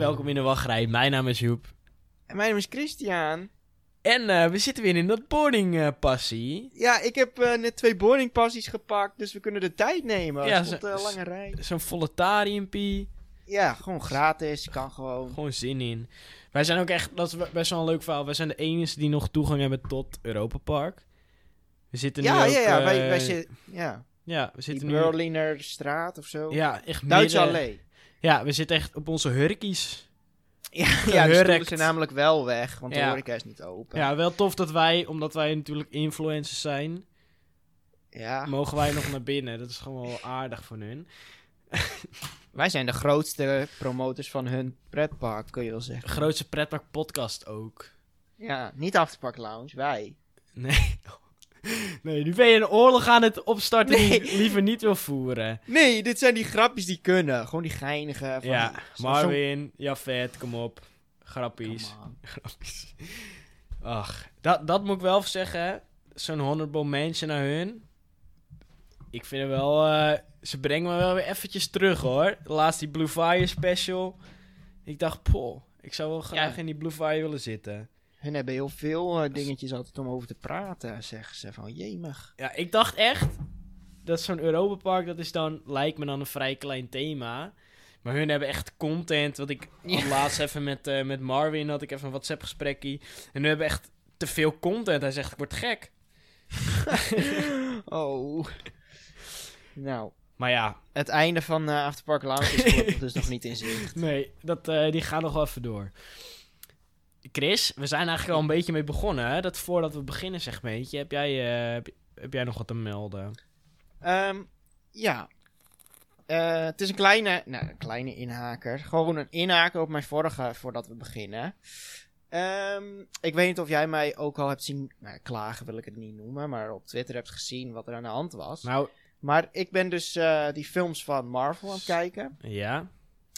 welkom in de wachtrij. Mijn naam is Joep. En mijn naam is Christian. En we zitten weer in dat boardingpassie. Ja, ik heb net 2 boardingpassies gepakt, dus we kunnen de tijd nemen. Ja, Als op de lange rij. Zo'n voletariumpie. Ja, gewoon gratis, kan gewoon. Gewoon zin in. Wij zijn ook echt, dat is best wel een leuk verhaal. Wij zijn de enige die nog toegang hebben tot Europa Park. We zitten nu ook... wij zitten... Ja, Ja, we zitten die nu... Berlinerstraat of zo. Ja, echt Duitse midden... Allee. Ja, we zitten echt op onze hurkies. Ja, de stoelen Hurkt. zijn namelijk wel weg, want de Ja. horeca is niet open. Ja, wel tof dat wij, omdat wij natuurlijk influencers zijn, Ja. mogen wij nog naar binnen. Dat is gewoon wel aardig van hun. Wij zijn de grootste promotors van hun pretpark, kun je wel zeggen. Grootste pretpark podcast ook. Ja, niet Afterpark Lounge, wij. Nee. Nee, nu ben je een oorlog aan het opstarten die Nee. ik liever niet wil voeren. Nee, dit zijn die grapjes die kunnen. Gewoon die geinige. Van Ja, die- Marvin, Jafet, kom op. Grappies. Come on. Grappies. Ach, dat moet ik wel even zeggen. Zo'n honorable mention naar hun. Ik vind het wel... ze brengen me wel weer eventjes terug, hoor. Laatst die Blue Fire special. Ik dacht, poh, ik zou wel graag in die Blue Fire willen zitten. Hun hebben heel veel dingetjes altijd om over te praten, zeggen ze. Van jemig. Ja, ik dacht echt dat zo'n Europa Park, dat is dan, lijkt me dan een vrij klein thema. Maar hun hebben echt content, wat ik laatst even met Marvin had ik even een WhatsApp gesprekkie. En hun hebben echt te veel content. Hij zegt, ik word gek. Oh. Nou, Maar ja, het einde van Afterpark Lounge is gelukkig dus nog niet in zicht. nee, die gaan nog wel even door. Chris, we zijn eigenlijk al een beetje mee begonnen. Hè? Dat voordat we beginnen, zeg maar, heb jij nog wat te melden? Ja. Het is een kleine inhaker. Gewoon een inhaker op mijn vorige, voordat we beginnen. Ik weet niet of jij mij ook al hebt zien... Nou, klagen wil ik het niet noemen, maar op Twitter hebt gezien wat er aan de hand was. Nou, Maar ik ben dus die films van Marvel aan het kijken. ja.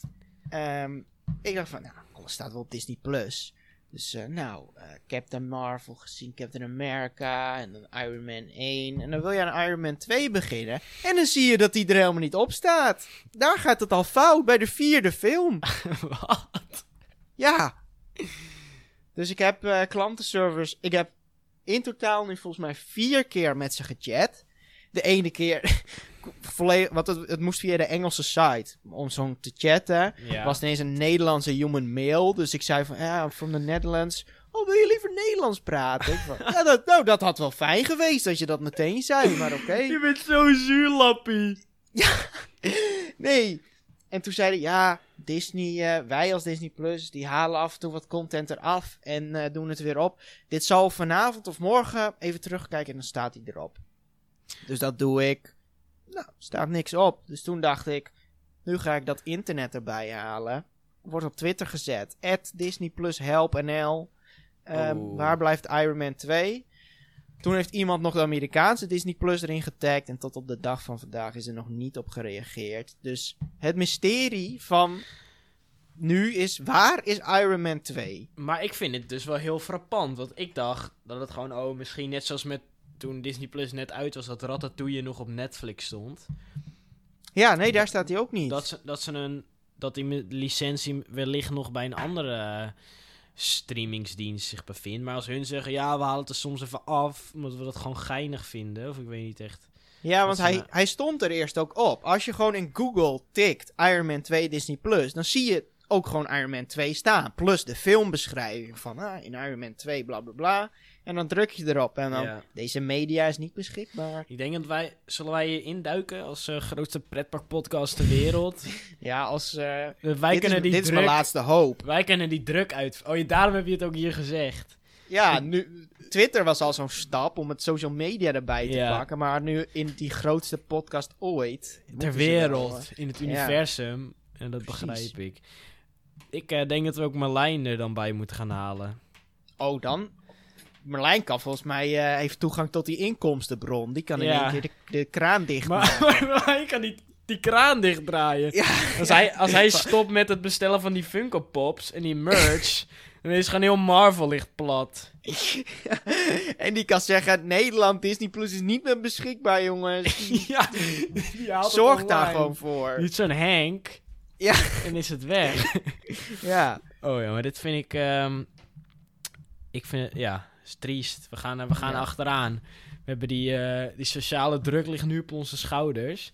Ik dacht van, nou, alles staat wel op Disney+. Plus. Dus, Captain Marvel gezien, Captain America en dan Iron Man 1. En dan wil je aan Iron Man 2 beginnen. En dan zie je dat die er helemaal niet op staat. Daar gaat het al fout, bij de 4e film. Wat? Ja. Dus ik heb klantenservice. Ik heb in totaal nu volgens mij 4 keer met ze gechat. De ene keer volledig, want het moest via de Engelse site om zo'n te chatten. Ja. Was ineens een Nederlandse human mail. Dus ik zei van, ja, from the Netherlands. Oh, wil je liever Nederlands praten? Ik van, ja, dat had wel fijn geweest als je dat meteen zei, maar oké. Je bent zo zuur, lappie. Nee. En toen zeiden, ja, Disney, wij als Disney Plus, die halen af en toe wat content eraf en doen het weer op. Dit zal vanavond of morgen even terugkijken en dan staat hij erop. Dus dat doe ik. Nou, staat niks op. Dus toen dacht ik, nu ga ik dat internet erbij halen. Wordt op Twitter gezet. @Disney Plus Help NL. Waar blijft Iron Man 2? Toen heeft iemand nog de Amerikaanse Disney Plus erin getagd. En tot op de dag van vandaag is er nog niet op gereageerd. Dus het mysterie van nu is, waar is Iron Man 2? Maar ik vind het dus wel heel frappant. Want ik dacht dat het gewoon, misschien net zoals met toen Disney Plus net uit was, dat Ratatouille nog op Netflix stond. Ja, nee, daar staat hij ook niet. Dat die licentie wellicht nog bij een andere streamingsdienst zich bevindt. Maar als hun zeggen, ja, we halen het er soms even af, omdat we dat gewoon geinig vinden. Of ik weet niet echt. Ja, want Dat is hij stond er eerst ook op. Als je gewoon in Google tikt Iron Man 2 Disney Plus, dan zie je ook gewoon Iron Man 2 staan. Plus de filmbeschrijving van in Iron Man 2 bla bla bla. En dan druk je erop en dan, Ja. deze media is niet beschikbaar. Ik denk dat zullen wij hier induiken als grootste pretparkpodcast ter wereld? Ja, als... Wij dit is mijn laatste hoop. Wij kennen die druk uit. Daarom heb je het ook hier gezegd. Ja, nu... Twitter was al zo'n stap om het social media erbij te pakken. Maar nu in die grootste podcast ooit. Ter wereld, in het universum. En dat Precies. begrijp ik. Ik denk dat we ook Marlijn er dan bij moeten gaan halen. Oh, dan... Marlijn kan volgens mij heeft toegang tot die inkomstenbron. Die kan in één keer de kraan dicht maken. Maar Marlijn kan die kraan dichtdraaien. Ja. Als hij stopt met het bestellen van die Funko Pops en die merch, dan is gewoon heel Marvel ligt plat. En die kan zeggen, Nederland, Disney Plus is niet meer beschikbaar, jongens. Ja, die haalt het Zorg daar online. gewoon voor. Niet zo'n Henk. Ja. En is het weg. Ja. Oh ja, maar dit vind ik... ik vind het, ja, is triest. We gaan Ja. achteraan. We hebben die sociale druk ligt nu op onze schouders.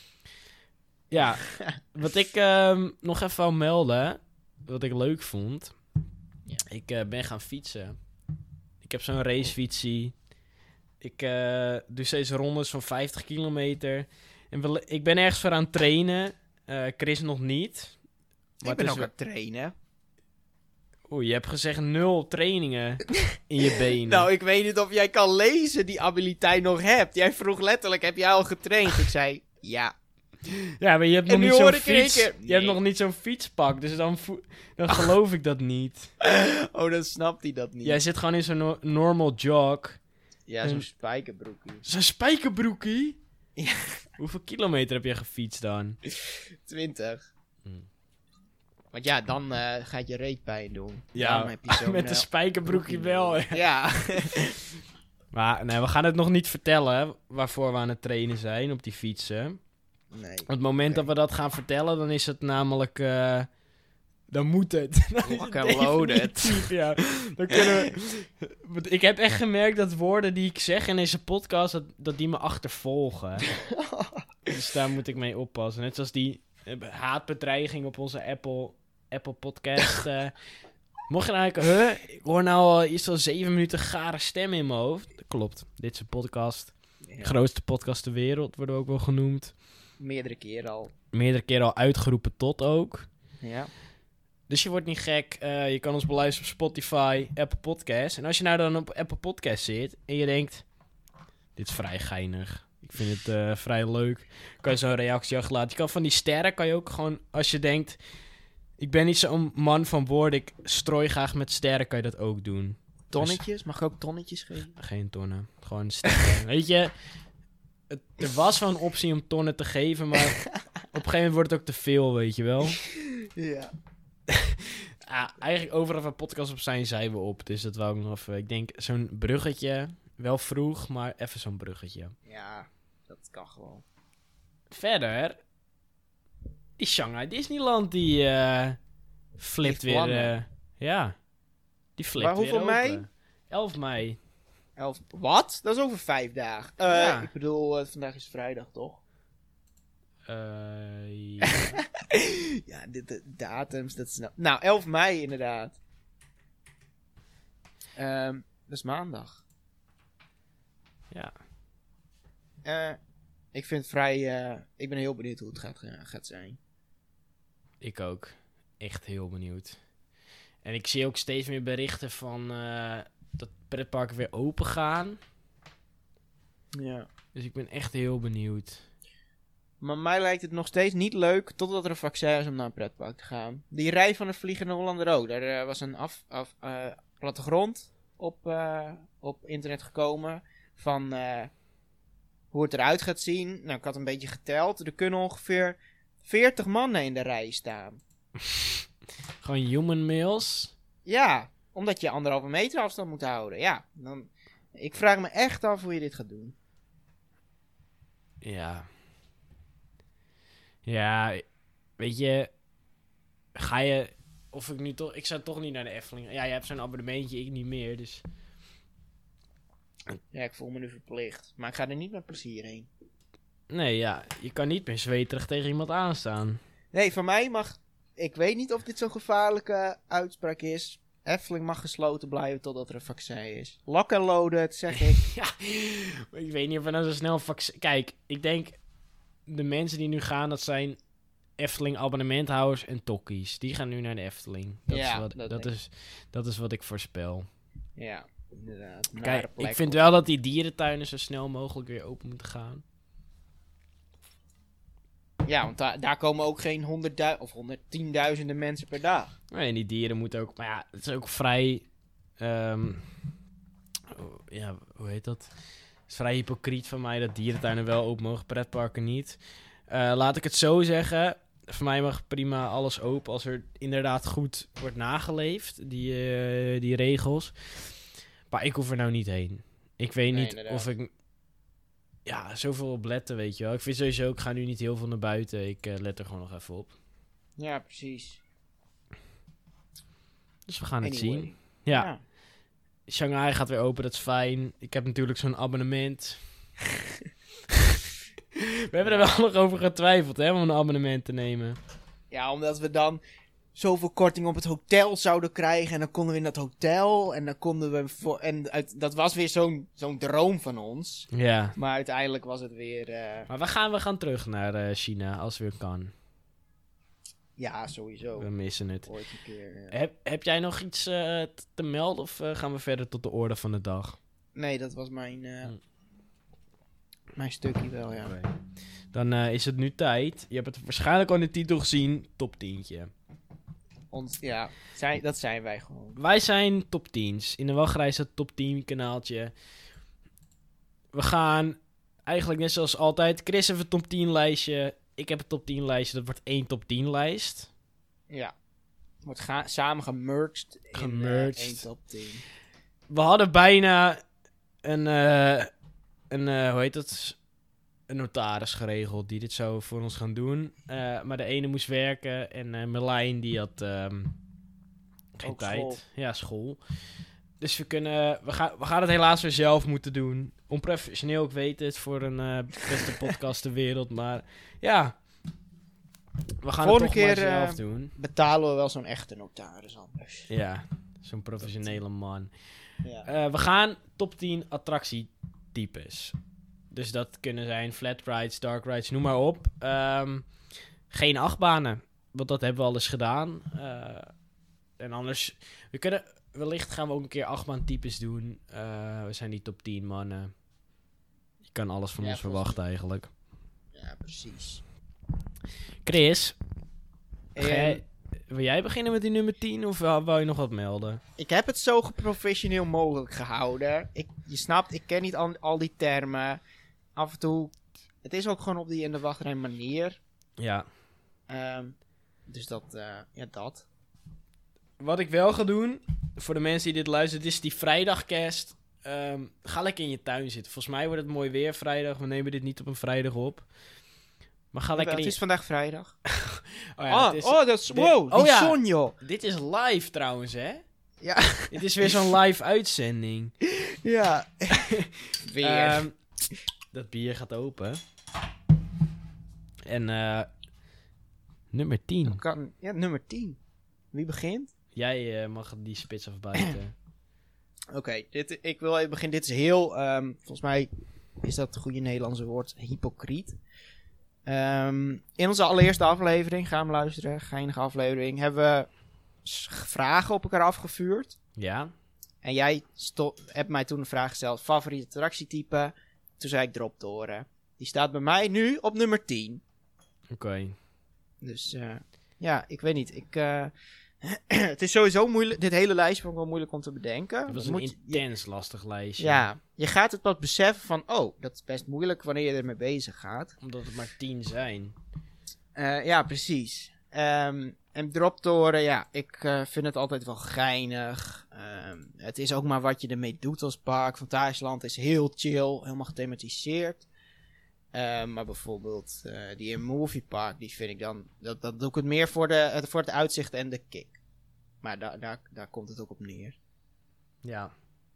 Ja, wat ik nog even wou melden, wat ik leuk vond. Ja. Ik ben gaan fietsen. Ik heb zo'n racefietsie. Ik doe steeds rondes van 50 kilometer. En ik ben ergens voor aan het trainen. Chris nog niet. Maar Ik ben het ook is aan het trainen. Oeh, je hebt gezegd 0 trainingen in je benen. Nou, ik weet niet of jij kan lezen die abiliteit nog hebt. Jij vroeg letterlijk, heb jij al getraind? Ik zei, ja. Ja, maar je hebt En nog nu niet zo'n hoor ik in één fiets. keer, Je hebt nee. nog niet zo'n fietspak, dus dan geloof ik dat niet. Oh, dan snapt hij dat niet. Jij zit gewoon in zo'n normal jog. Ja, zo'n spijkerbroekie. Zo'n spijkerbroekie? Ja. Hoeveel kilometer heb je gefietst dan? 20. Hmm. Want ja, dan gaat je reetpijn doen. Ja, Daarom heb je zo'n, met de spijkerbroekie wel. hè. Ja. Maar nee, we gaan het nog niet vertellen waarvoor we aan het trainen zijn op die fietsen. Nee. Op het moment Oké. dat we dat gaan vertellen, dan is het namelijk... dan moet het. Dan is Lock het and loaded. definitief, ja. Dan kunnen we... Want ik heb echt gemerkt dat woorden die ik zeg in deze podcast, dat die me achtervolgen. Dus daar moet ik mee oppassen. Net zoals die haatbedreiging op onze Apple podcast. Mocht je nou denken, ik hoor nou al iets van 7 minuten gare stem in mijn hoofd. Dat klopt. Dit is een podcast. Ja. Grootste podcast ter wereld, worden we ook wel genoemd. Meerdere keren al. Meerdere keren al uitgeroepen tot ook. Ja. Dus je wordt niet gek. Je kan ons beluisteren op Spotify, Apple Podcasts. En als je nou dan op Apple Podcasts zit en je denkt... Dit is vrij geinig. Ik vind het vrij leuk. Kan je zo'n reactie achterlaten. Je kan van die sterren kan je ook gewoon... Als je denkt... Ik ben niet zo'n man van woorden. Ik strooi graag met sterren. Kan je dat ook doen. Tonnetjes? Mag ik ook tonnetjes geven? Geen tonnen. Gewoon sterren. Weet je... Er was wel een optie om tonnen te geven. Maar op een gegeven moment wordt het ook te veel. Weet je wel. Ja. Eigenlijk overal waar podcasts op zijn we op. Dus dat wou ik nog even... Ik denk zo'n bruggetje... Wel vroeg, maar even zo'n bruggetje. Ja, dat kan gewoon. Verder... Die Shanghai Disneyland, die flipt Heeft weer... plannen. ja. Die flipt Maar weer hoeveel open. mei? 11 mei. 11. Wat? Dat is over 5 dagen. Ja. Ik bedoel, vandaag is vrijdag, toch? Ja. Ja, de datums, dat is nou 11 mei inderdaad. Dat is maandag. Ja. Ik vind het vrij... ik ben heel benieuwd hoe het gaat zijn. Ik ook. Echt heel benieuwd. En ik zie ook steeds meer berichten van... dat pretparken weer open gaan. Ja. Dus ik ben echt heel benieuwd. Maar mij lijkt het nog steeds niet leuk totdat er een vaccin is om naar een pretpark te gaan. Die rij van de Vliegende Hollander ook. Daar was een plattegrond op internet gekomen van hoe het eruit gaat zien. Nou, ik had een beetje geteld. Er kunnen ongeveer 40 mannen in de rij staan. Gewoon human mails. Ja, omdat je 1,5 meter afstand moet houden. Ja, dan... Ik vraag me echt af hoe je dit gaat doen. Ja. Ja, weet je... Ga je... Of ik nu toch... Ik zou toch niet naar de Efteling... Ja, je hebt zo'n abonnementje, ik niet meer, dus... Ja, ik voel me nu verplicht. Maar ik ga er niet met plezier heen. Nee, ja. Je kan niet meer zweterig tegen iemand aanstaan. Nee, van mij mag... Ik weet niet of dit zo'n gevaarlijke uitspraak is. Efteling mag gesloten blijven totdat er een vaccin is. Lock and loaded, zeg ik. Ja, maar ik weet niet of we nou zo snel vaccin... Kijk, ik denk... De mensen die nu gaan, dat zijn... Efteling abonnementhouders en tokkies. Die gaan nu naar de Efteling. Ja, Dat is wat ik voorspel. Ja, inderdaad. Kijk, Nare plek. ik vind wel dat die dierentuinen zo snel mogelijk weer open moeten gaan. Ja, want daar komen ook geen 100.000 of 110.000 mensen per dag. Nee, en die dieren moeten ook... Maar ja, het is ook vrij... ja, hoe heet dat? Het is vrij hypocriet van mij dat dierentuinen wel open mogen, pretparken niet. Laat ik het zo zeggen. Voor mij mag prima alles open als er inderdaad goed wordt nageleefd, die regels. Maar ik hoef er nou niet heen. Ik weet Nee, niet inderdaad. of ik... Ja, zoveel op letten, weet je wel. Ik vind sowieso, ik ga nu niet heel veel naar buiten. Ik let er gewoon nog even op. Ja, precies. Dus we gaan het Anyway. zien. Ja. Shanghai gaat weer open, dat is fijn. Ik heb natuurlijk zo'n abonnement. We hebben er wel nog over getwijfeld, hè, om een abonnement te nemen. Ja, omdat we dan zoveel korting op het hotel zouden krijgen. En dan konden we in dat hotel. En dan konden we... dat was weer zo'n droom van ons. Ja. Maar uiteindelijk was het weer... Maar we gaan terug naar China, als weer kan. ja, sowieso. We missen het. Ooit een keer. Heb jij nog iets te melden of gaan we verder tot de orde van de dag? Nee, dat was mijn stukje wel, ja. Oké. Dan is het nu tijd. Je hebt het waarschijnlijk al in de titel gezien. Top 10'tje. Ja, dat zijn wij gewoon. Wij zijn top 10's. In de wachtrij is het top 10 kanaaltje. We gaan eigenlijk net zoals altijd. Chris heeft een top 10 lijstje. Ik heb een top 10 lijstje. Dat wordt 1 top 10 lijst. Ja. Wordt samen gemerged in 1 top 10. We hadden bijna hoe heet het? Een notaris geregeld die dit zou voor ons gaan doen. Maar de ene moest werken en Merlijn die had geen Ook tijd. school. Ja, school. Dus we gaan het helaas weer zelf moeten doen. Onprofessioneel, ik weet het, voor een beste podcast ter wereld. Maar ja, we gaan Volgende het toch maar keer, zelf doen. Betalen we wel zo'n echte notaris anders. Ja, zo'n professionele man. Ja. We gaan top 10 attractietypes. Dus dat kunnen zijn flat rides, dark rides, noem maar op. Geen achtbanen, want dat hebben we al eens gedaan. En anders, wellicht gaan we ook een keer achtbaantypes doen. We zijn die top 10 mannen. Je kan alles van ons verwachten eigenlijk. Ja, precies. Chris, En wil jij beginnen met die nummer 10 of wou je nog wat melden? ik heb het zo geprofessioneel mogelijk gehouden. Je snapt, ik ken niet al die termen. Af en toe, het is ook gewoon op die in de wachtrij manier. Ja. Dus dat. Wat ik wel ga doen, voor de mensen die dit luisteren, dit is die vrijdagcast. Ga lekker in je tuin zitten. Volgens mij wordt het mooi weer vrijdag. We nemen dit niet op een vrijdag op. Maar ga lekker Het is vandaag vrijdag. het is- dat is... Wow, die zon, joh. Dit is live trouwens, hè? Ja. Dit is weer zo'n live uitzending. Ja. Weer. Dat bier gaat open. En nummer 10. Nummer 10. Wie begint? Jij mag die spits afbuiten. Oké, ik wil even beginnen. Dit is heel, volgens mij is dat het goede Nederlandse woord, hypocriet. In onze allereerste aflevering, ga hem luisteren, geinige aflevering, hebben we vragen op elkaar afgevuurd. Ja? En jij hebt mij toen een vraag gesteld, favoriete attractietype. Toen zei ik Droptoren. Die staat bij mij nu op nummer 10. Oké. Dus ja, ik weet niet. Het is sowieso moeilijk. Dit hele lijstje vond ik wel moeilijk om te bedenken. Het was een intens lastig lijstje. Ja, je gaat het pas beseffen van... Oh, dat is best moeilijk wanneer je ermee bezig gaat. Omdat het maar 10 zijn. Ja, precies. En Droptoren, ja, ik vind het altijd wel geinig. Het is ook maar wat je ermee doet als park. Fantasieland is heel chill, helemaal gethematiseerd. Maar bijvoorbeeld die Movie Park, die vind ik dan... Dat doe ik het meer voor het uitzicht en de kick. Maar daar komt het ook op neer. Ja.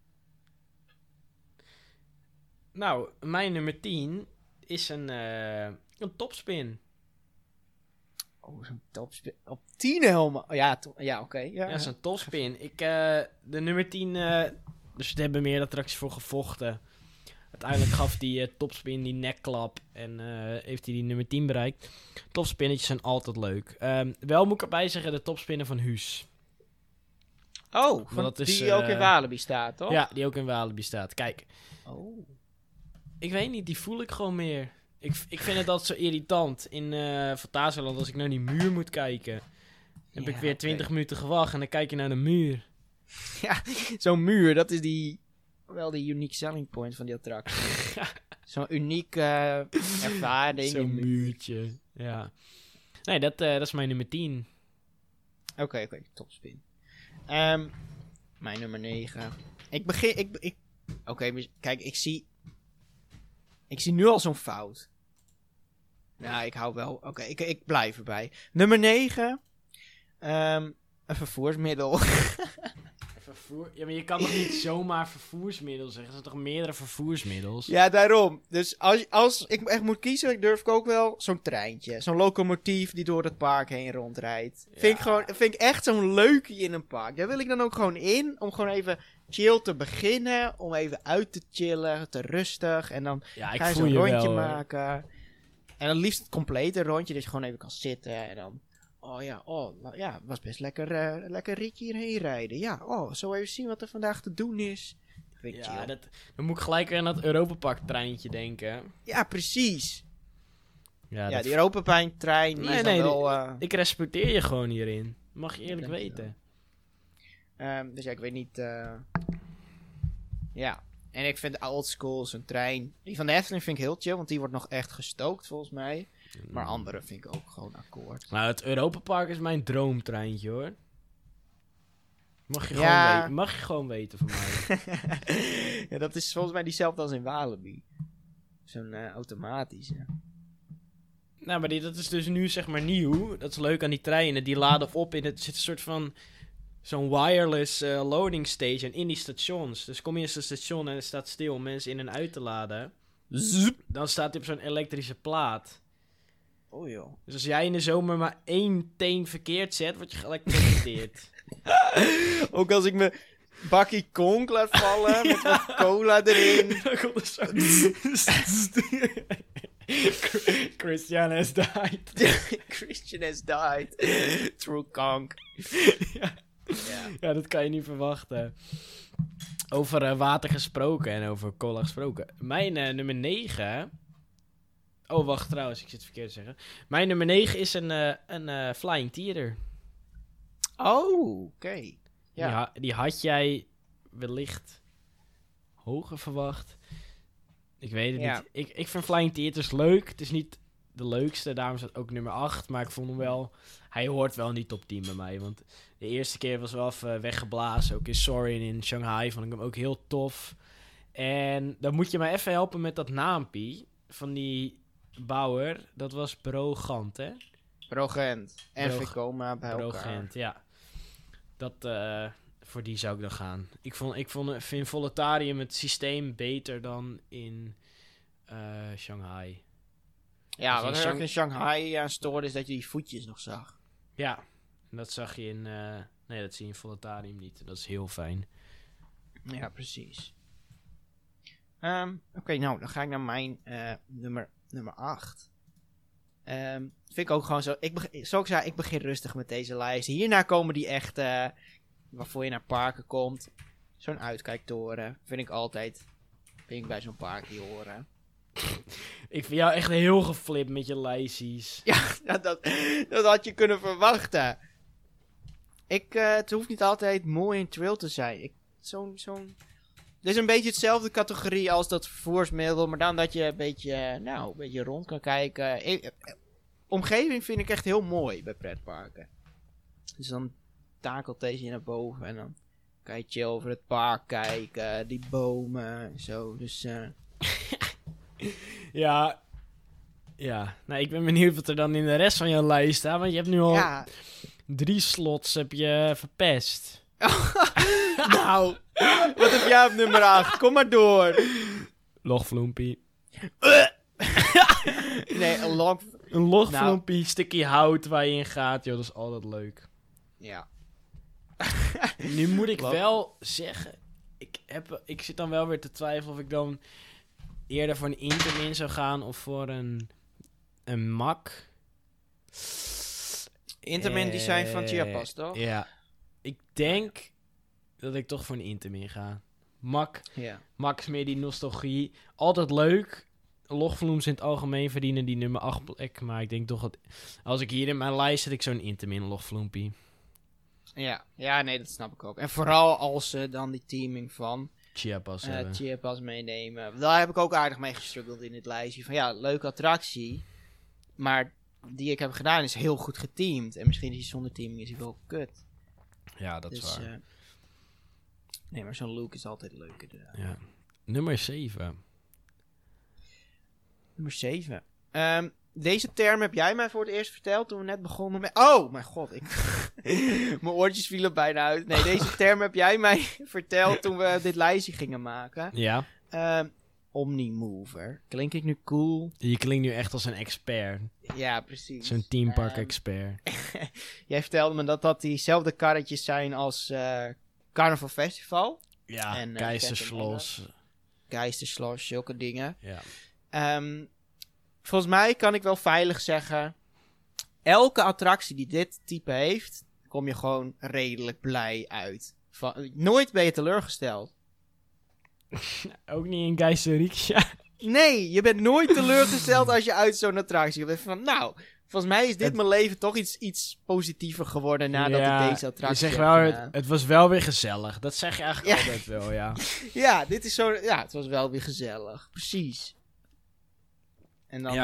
Nou, mijn nummer 10 is een topspin. Oh, zo'n topspin. Op 10 helemaal. Oh, ja, oké. Ja, Ja, zo'n topspin. De nummer 10... dus we hebben meer attracties voor gevochten. Uiteindelijk gaf die topspin die nekklap. En heeft hij die nummer 10 bereikt. Topspinnetjes zijn altijd leuk. Wel moet ik erbij zeggen, de topspinnen van Huus. Oh, dat is, die ook in Walibi staat, toch? Ja, die ook in Walibi staat. Kijk, Oh. ik weet niet, die voel ik gewoon meer. Ik vind het altijd zo irritant in Fantasieland als ik naar die muur moet kijken. Dan heb ik weer 20 minuten gewacht en dan kijk je naar de muur. Ja, zo'n muur, dat is wel die unique selling point van die attractie. Zo'n unieke ervaring. Zo'n muurtje, ja. Nee, dat is mijn nummer 10. Oké, topspin. Mijn nummer 9. Oké, kijk, ik zie nu al zo'n fout. Ja, ik hou wel... Oké, ik blijf erbij. Nummer 9. Een vervoersmiddel. Ja, maar je kan toch niet zomaar vervoersmiddel zeggen? Er zijn toch meerdere vervoersmiddels? Ja, daarom. Dus als ik echt moet kiezen, durf ik ook wel zo'n treintje. Zo'n locomotief die door het park heen rondrijdt. Ja. Vind ik echt zo'n leukie in een park. Daar wil ik dan ook gewoon in, om gewoon even chill te beginnen. Om even uit te chillen, te rustig. En dan Ja, ik ga je voel zo'n je rondje wel, hoor. maken. En dan liefst het complete rondje, dat je gewoon even kan zitten. En dan, het was best lekker ritje hierheen rijden. Ja, zo even zien wat er vandaag te doen is. Vind ik Ja, chill. dan moet ik gelijk weer aan dat Europapark treintje denken. Ja, precies. Ja, Ja, die Europapijn-trein die is dan wel... ik respecteer je gewoon hierin. Mag je eerlijk Dankjewel. weten. Dus ja, ik weet niet... Ja, en ik vind de old school, zo'n trein... Die van de Efteling vind ik heel chill, want die wordt nog echt gestookt volgens mij. Maar andere vind ik ook gewoon akkoord. Nou, het Europapark is mijn droomtreintje, hoor. Mag je, Ja. mag je gewoon weten van mij. Ja, dat is volgens mij diezelfde als in Walibi. Zo'n automatische. Nou, maar dat is dus nu zeg maar nieuw. Dat is leuk aan die treinen. Die laden op in het zit een soort van zo'n wireless loading station in die stations. Dus kom je in zo'n station en het staat stil om mensen in en uit te laden. Zoep. Dan staat hij op zo'n elektrische plaat. Oh joh. Dus als jij in de zomer maar 1 teen verkeerd zet, word je geëlektrocuteerd. Ook als ik me bakkie konk laat vallen met wat cola erin. Dan komt er zo... Christian has died. Christian has died. True conk. Ja. Ja. Ja, dat kan je niet verwachten. Over water gesproken en over cola gesproken. Mijn nummer 9... Oh, wacht trouwens, ik zit verkeerd te zeggen. Mijn nummer 9 is een Flying Theater. Oh, oké. Ja. Die had jij wellicht hoger verwacht. Ik weet het Ja. niet. Ik vind Flying Theaters leuk. Het is niet de leukste, daarom staat ook nummer 8. Maar ik vond hem wel... Hij hoort wel niet top 10 bij mij. Want de eerste keer was wel even weggeblazen. Ook in Sorry en in Shanghai vond ik hem ook heel tof. En dan moet je mij even helpen met dat naampie van die bouwer. Dat was Brogant, hè? Brogent en Brog- Vekoma bij elkaar. Brogant, ja. Dat, voor die zou ik dan gaan. Vind Voletarium het systeem beter dan in Shanghai. Ja, Dus in wat er ook in Shanghai aan stoorde is dat je die voetjes nog zag. Ja, en dat zag je in... nee, dat zie je in Voletarium niet. Dat is heel fijn. Ja, precies. Oké, nou, dan ga ik naar mijn nummer 8. Vind ik ook gewoon zo... Zoals ik zei, ik begin rustig met deze lijst. Hierna komen die echt... waarvoor je naar parken komt. Zo'n uitkijktoren. Vind ik altijd... Vind ik bij zo'n parkje horen. Ik vind jou echt heel geflipt met je lijstjes. Ja, dat had je kunnen verwachten. Het hoeft niet altijd mooi en trill te zijn. Het is een beetje hetzelfde categorie als dat vervoersmiddel, maar dan dat je een beetje rond kan kijken. Omgeving vind ik echt heel mooi bij pretparken. Dus dan takelt deze je naar boven en dan kan je chill over het park kijken, die bomen en zo. Dus Ja. Ja. Nou, ik ben benieuwd wat er dan in de rest van jouw lijst staat. Want je hebt nu al ja. 3 slots heb je verpest. Nou, wat heb jij op nummer 8? Kom maar door. Logvloempie. Nee, een long... Een logvloempie, stukje hout waar je in gaat. Joh, dat is altijd leuk. Ja. Nu moet ik Log- wel zeggen... Ik zit dan wel weer te twijfelen of ik dan eerder voor een Intermin zou gaan of voor een Mac. Intermin die zijn van Chiapas, toch? Ja. Ik denk dat ik toch voor een Intermin ga. Mac Ja. is meer die nostalgie. Altijd leuk. Logvloems in het algemeen verdienen die nummer 8 plek. Maar ik denk toch dat... Als ik hier in mijn lijst zet, ik zo'n Intermin logvloempie. Ja, nee, dat snap ik ook. En vooral als ze dan die teaming van Chiapas hebben. Chiapas meenemen. Daar heb ik ook aardig mee gestruggeld in dit lijstje. Van ja, leuke attractie. Maar die ik heb gedaan is heel goed geteamd. En misschien is die zonder teaming is hij wel kut. Ja, dat is Dus, waar. nee, maar zo'n look is altijd leuk inderdaad. Ja. Nummer 7. Nummer 7. Deze term heb jij mij voor het eerst verteld toen we net begonnen met... Oh, mijn god. Mijn oortjes vielen bijna uit. Nee, deze term heb jij mij verteld toen we dit lijstje gingen maken. Ja. Omnimover. Klink ik nu cool? Je klinkt nu echt als een expert. Ja, precies. Zo'n teampark-expert. Jij vertelde me dat diezelfde karretjes zijn als Carnival Festival. Ja, En, Keizersschloss. Geisterslosh, zulke dingen. Ja. Volgens mij kan ik wel veilig zeggen... Elke attractie die dit type heeft... kom je gewoon redelijk blij uit. Nooit ben je teleurgesteld. Ook niet in Geisterriksja. Nee, je bent nooit teleurgesteld als je uit zo'n attractie komt. Van, nou, volgens mij is dit mijn leven toch iets positiever geworden nadat ik deze attractie je zegt heb wel, gedaan. het was wel weer gezellig. Dat zeg je eigenlijk altijd wel, ja. Ja, dit is zo... Ja, het was wel weer gezellig. Precies. En dan...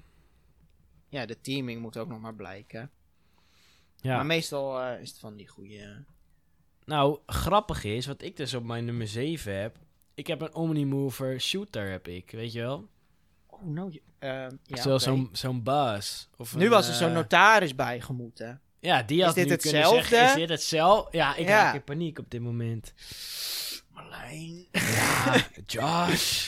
de teaming moet ook nog maar blijken. Ja. Maar meestal is het van die goede... Nou, grappig is, wat ik dus op mijn nummer 7 heb... Ik heb een Omnimover shooter, heb ik, weet je wel? Oh, nou... Zoals zo'n bus. Of nu was er zo'n notaris bij gemoeten. Ja, die had is dit nu kunnen hetzelfde? zeggen, is dit hetzelfde? Ja, ik raak in paniek op dit moment. Marlijn. Ja, Josh.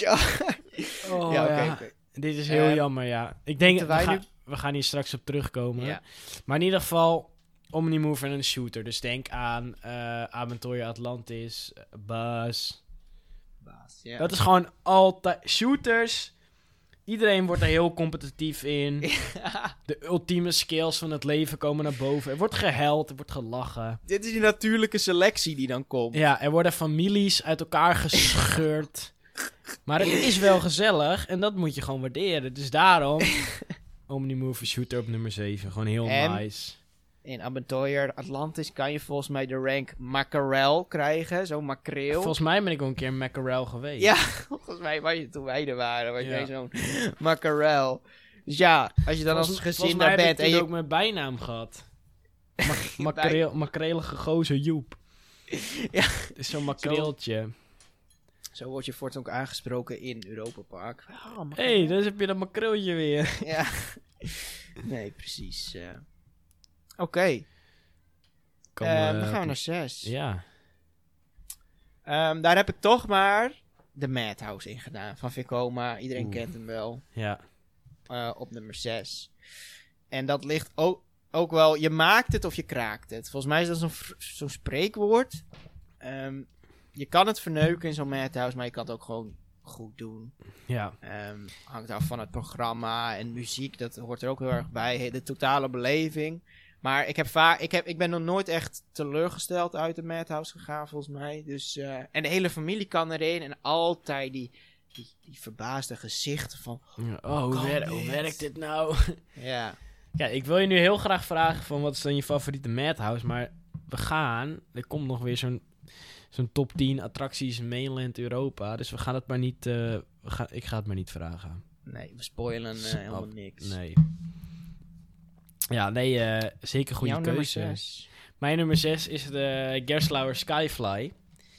Oh, ja, ja. oké. Dit is heel jammer, ja. Ik denk, we gaan hier straks op terugkomen. Ja. Maar in ieder geval, Omnimover en een shooter. Dus denk aan Aventoria Atlantis, Buzz. Ja. Dat is gewoon altijd... Shooters, iedereen wordt er heel competitief in. Ja. De ultieme skills van het leven komen naar boven. Er wordt gehuild, er wordt gelachen. Dit is die natuurlijke selectie die dan komt. Ja, er worden families uit elkaar gescheurd. Maar het is wel gezellig en dat moet je gewoon waarderen. Dus daarom, Omnimover shooter op nummer 7. Gewoon heel nice. In Aventoria Atlantis kan je volgens mij de rank Mackerel krijgen. Zo'n makreel. Volgens mij ben ik al een keer Mackerel geweest. Ja, volgens mij toen wij er waren. Was jij zo'n Mackerel. Dus ja, als je dan als gezin daar bent... en je ook mijn bijnaam gehad. Makrelige gozer Joep. Ja. Het is zo'n makreeltje. Zo word je voortaan ook aangesproken in Europa Park. Hé, dus heb je dat makreeltje weer. Ja. Nee, precies. Oké. Dan gaan we naar 6. Ja. Daar heb ik toch maar de Madhouse in gedaan. Van Vekoma. Iedereen kent hem wel. Ja. Op nummer 6. En dat ligt ook wel... Je maakt het of je kraakt het. Volgens mij is dat zo'n spreekwoord. Je kan het verneuken in zo'n Madhouse, maar je kan het ook gewoon goed doen. Ja. Hangt af van het programma en muziek. Dat hoort er ook heel erg bij. De totale beleving. Maar ik ben nog nooit echt teleurgesteld uit de Madhouse gegaan, volgens mij. Dus, en de hele familie kan erin. En altijd die verbaasde gezichten van... hoe werkt dit nou? Ja. Ja, ik wil je nu heel graag vragen van wat is dan je favoriete Madhouse. Maar er komt nog weer zo'n top 10 attracties in mainland Europa. Dus we gaan het maar niet... ik ga het maar niet vragen. Nee, we spoilen helemaal niks. Nee. Ja, nee, zeker goede Jouw keuze. Nummer 6. Mijn nummer 6 is de Gerstlauer Skyfly.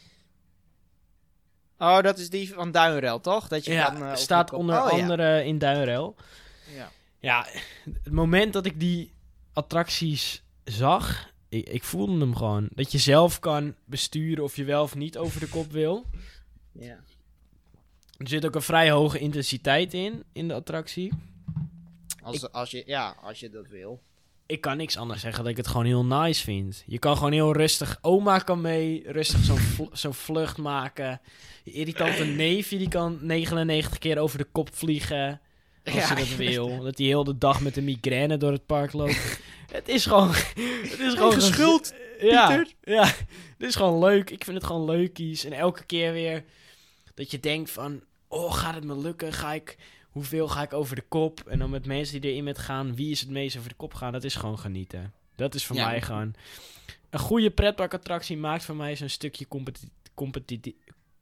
Oh, dat is die van Duinrel, toch? Dat je kan, staat onder andere in Duinrel. Ja. Ja, het moment dat ik die attracties zag... Ik voelde hem gewoon. Dat je zelf kan besturen of je wel of niet over de kop wil. Ja. Er zit ook een vrij hoge intensiteit in de attractie. Als je dat wil. Ik kan niks anders zeggen dat ik het gewoon heel nice vind. Je kan gewoon heel rustig... Oma kan mee rustig zo'n vlucht maken. Je irritante neefje die kan 99 keer over de kop vliegen. Als je dat wil. Dat hij heel de dag met een migraine door het park loopt. Het is gewoon geschuld, Pieter. Ja, het is gewoon leuk. Ik vind het gewoon leukies. En elke keer weer dat je denkt van... Oh, gaat het me lukken? Hoeveel ga ik over de kop? En dan met mensen die erin met gaan... Wie is het meest over de kop gaan? Dat is gewoon genieten. Dat is voor mij gewoon... Een goede pretparkattractie maakt voor mij zo'n stukje competitie.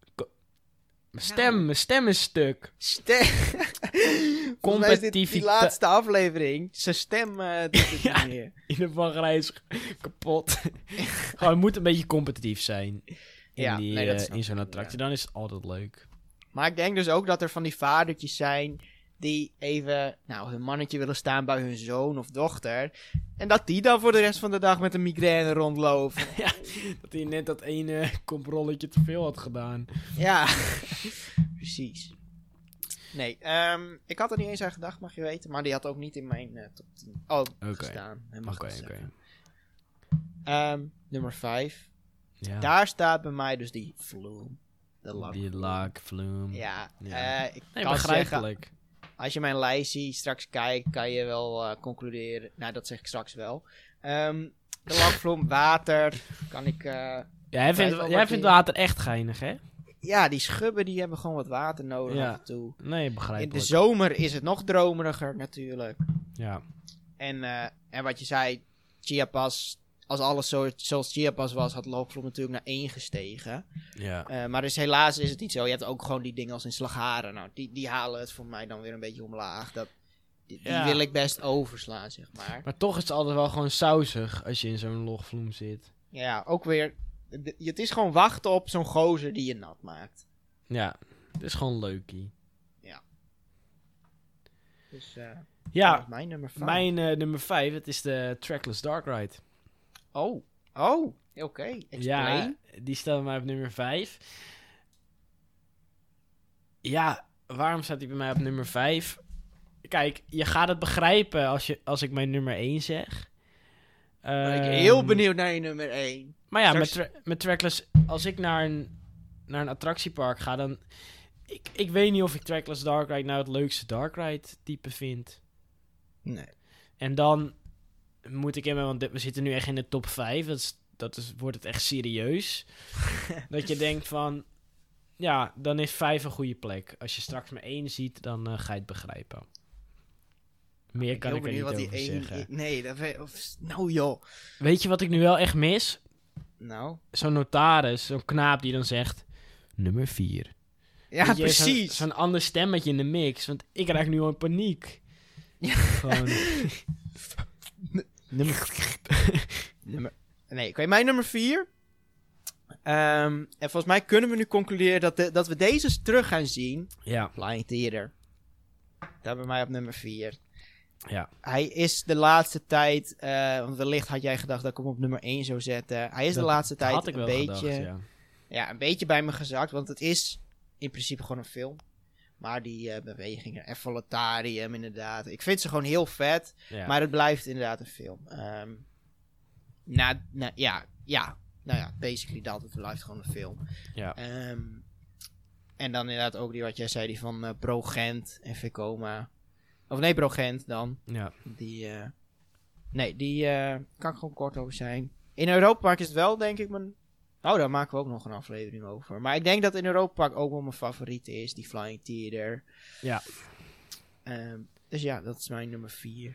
Mijn stem is stuk. Competitiviteit. Die laatste aflevering. Zijn stem doet het niet meer. In de wachtrij is kapot. Gewoon, het moet een beetje competitief zijn. In zo'n attractie. Dan is het altijd leuk. Maar ik denk dus ook dat er van die vadertjes zijn... die even hun mannetje willen staan bij hun zoon of dochter. En dat die dan voor de rest van de dag met een migraine rondlopen. Ja, dat hij net dat ene komprolletje te veel had gedaan. Ja, precies. Nee, ik had er niet eens aan gedacht, mag je weten. Maar die had ook niet in mijn top 10 gestaan. Oké. Nummer 5. Ja. Daar staat bij mij dus die Flume. Die Lac Flume. Ja, ik Nee, kan zeggen, begrijpelijk. als je mijn lijstje straks kijkt, kan je wel concluderen. Nou, dat zeg ik straks wel. De Lac Flume, water, kan ik... Jij vindt water echt geinig, hè? Ja, die schubben die hebben gewoon wat water nodig Ja. af en toe. Nee, begrijpelijk. In de zomer is het nog dromeriger natuurlijk. Ja. En wat je zei, Chiapas, als alles zoals Chiapas was, had Lac Flume natuurlijk naar 1 gestegen. Ja. Maar dus helaas is het niet zo. Je hebt ook gewoon die dingen als in Slagharen. Nou, die halen het voor mij dan weer een beetje omlaag. Die wil ik best overslaan, zeg maar. Maar toch is het altijd wel gewoon sausig als je in zo'n logvloem zit. Ja, ook weer... Het is gewoon wachten op zo'n gozer die je nat maakt. Ja, het is gewoon leukie. Dus dat Ja, is mijn nummer 5. mijn nummer 5, het is de Trackless Dark Ride. Oh, oké. Explain. Ja, die staat bij mij op nummer 5. Ja, waarom staat die bij mij op nummer 5? Kijk, je gaat het begrijpen als ik mijn nummer 1 zeg. Ben ik heel benieuwd naar je nummer 1. Maar ja, Straks- met Trackless, als ik naar een attractiepark ga, dan... Ik weet niet of ik Trackless Dark Ride nou het leukste Dark Ride type vind. Nee. En dan moet ik hebben, want we zitten nu echt in de top 5. Wordt het echt serieus. Dat je denkt van... Ja, dan is 5 een goede plek. Als je straks maar 1 ziet, dan ga je het begrijpen. Meer kan ik er niet over zeggen. Nee, nou joh. Weet je wat ik nu wel echt mis? Nou. Zo'n notaris, zo'n knaap die dan zegt... Nummer 4. Ja, Weet je, precies. Zo'n ander stemmetje in de mix. Want ik raak nu al in paniek. Ja. Gewoon... nummer... Nee, oké, mijn nummer 4. En volgens mij kunnen we nu concluderen dat we deze terug gaan zien. Ja. Flying Theater. Daar bij mij op nummer 4. Ja. Hij is de laatste tijd... want wellicht had jij gedacht dat ik hem op nummer 1 zou zetten. Hij is de laatste tijd had ik een wel beetje... gedacht, ja. Een beetje bij me gezakt. Want het is in principe gewoon een film. Maar die bewegingen... En Voletarium inderdaad. Ik vind ze gewoon heel vet. Ja. Maar het blijft inderdaad een film. Basically dat. Het blijft gewoon een film. Ja. En dan inderdaad ook die wat jij zei, die van Brogent en Vekoma. Of nee, Brogent dan. Ja. Die kan ik gewoon kort over zijn. In Europa Park is het wel, denk ik, daar maken we ook nog een aflevering over. Maar ik denk dat in Europa Park ook wel mijn favoriete is, die Flying Theater. Ja. Dus ja, dat is mijn nummer 4.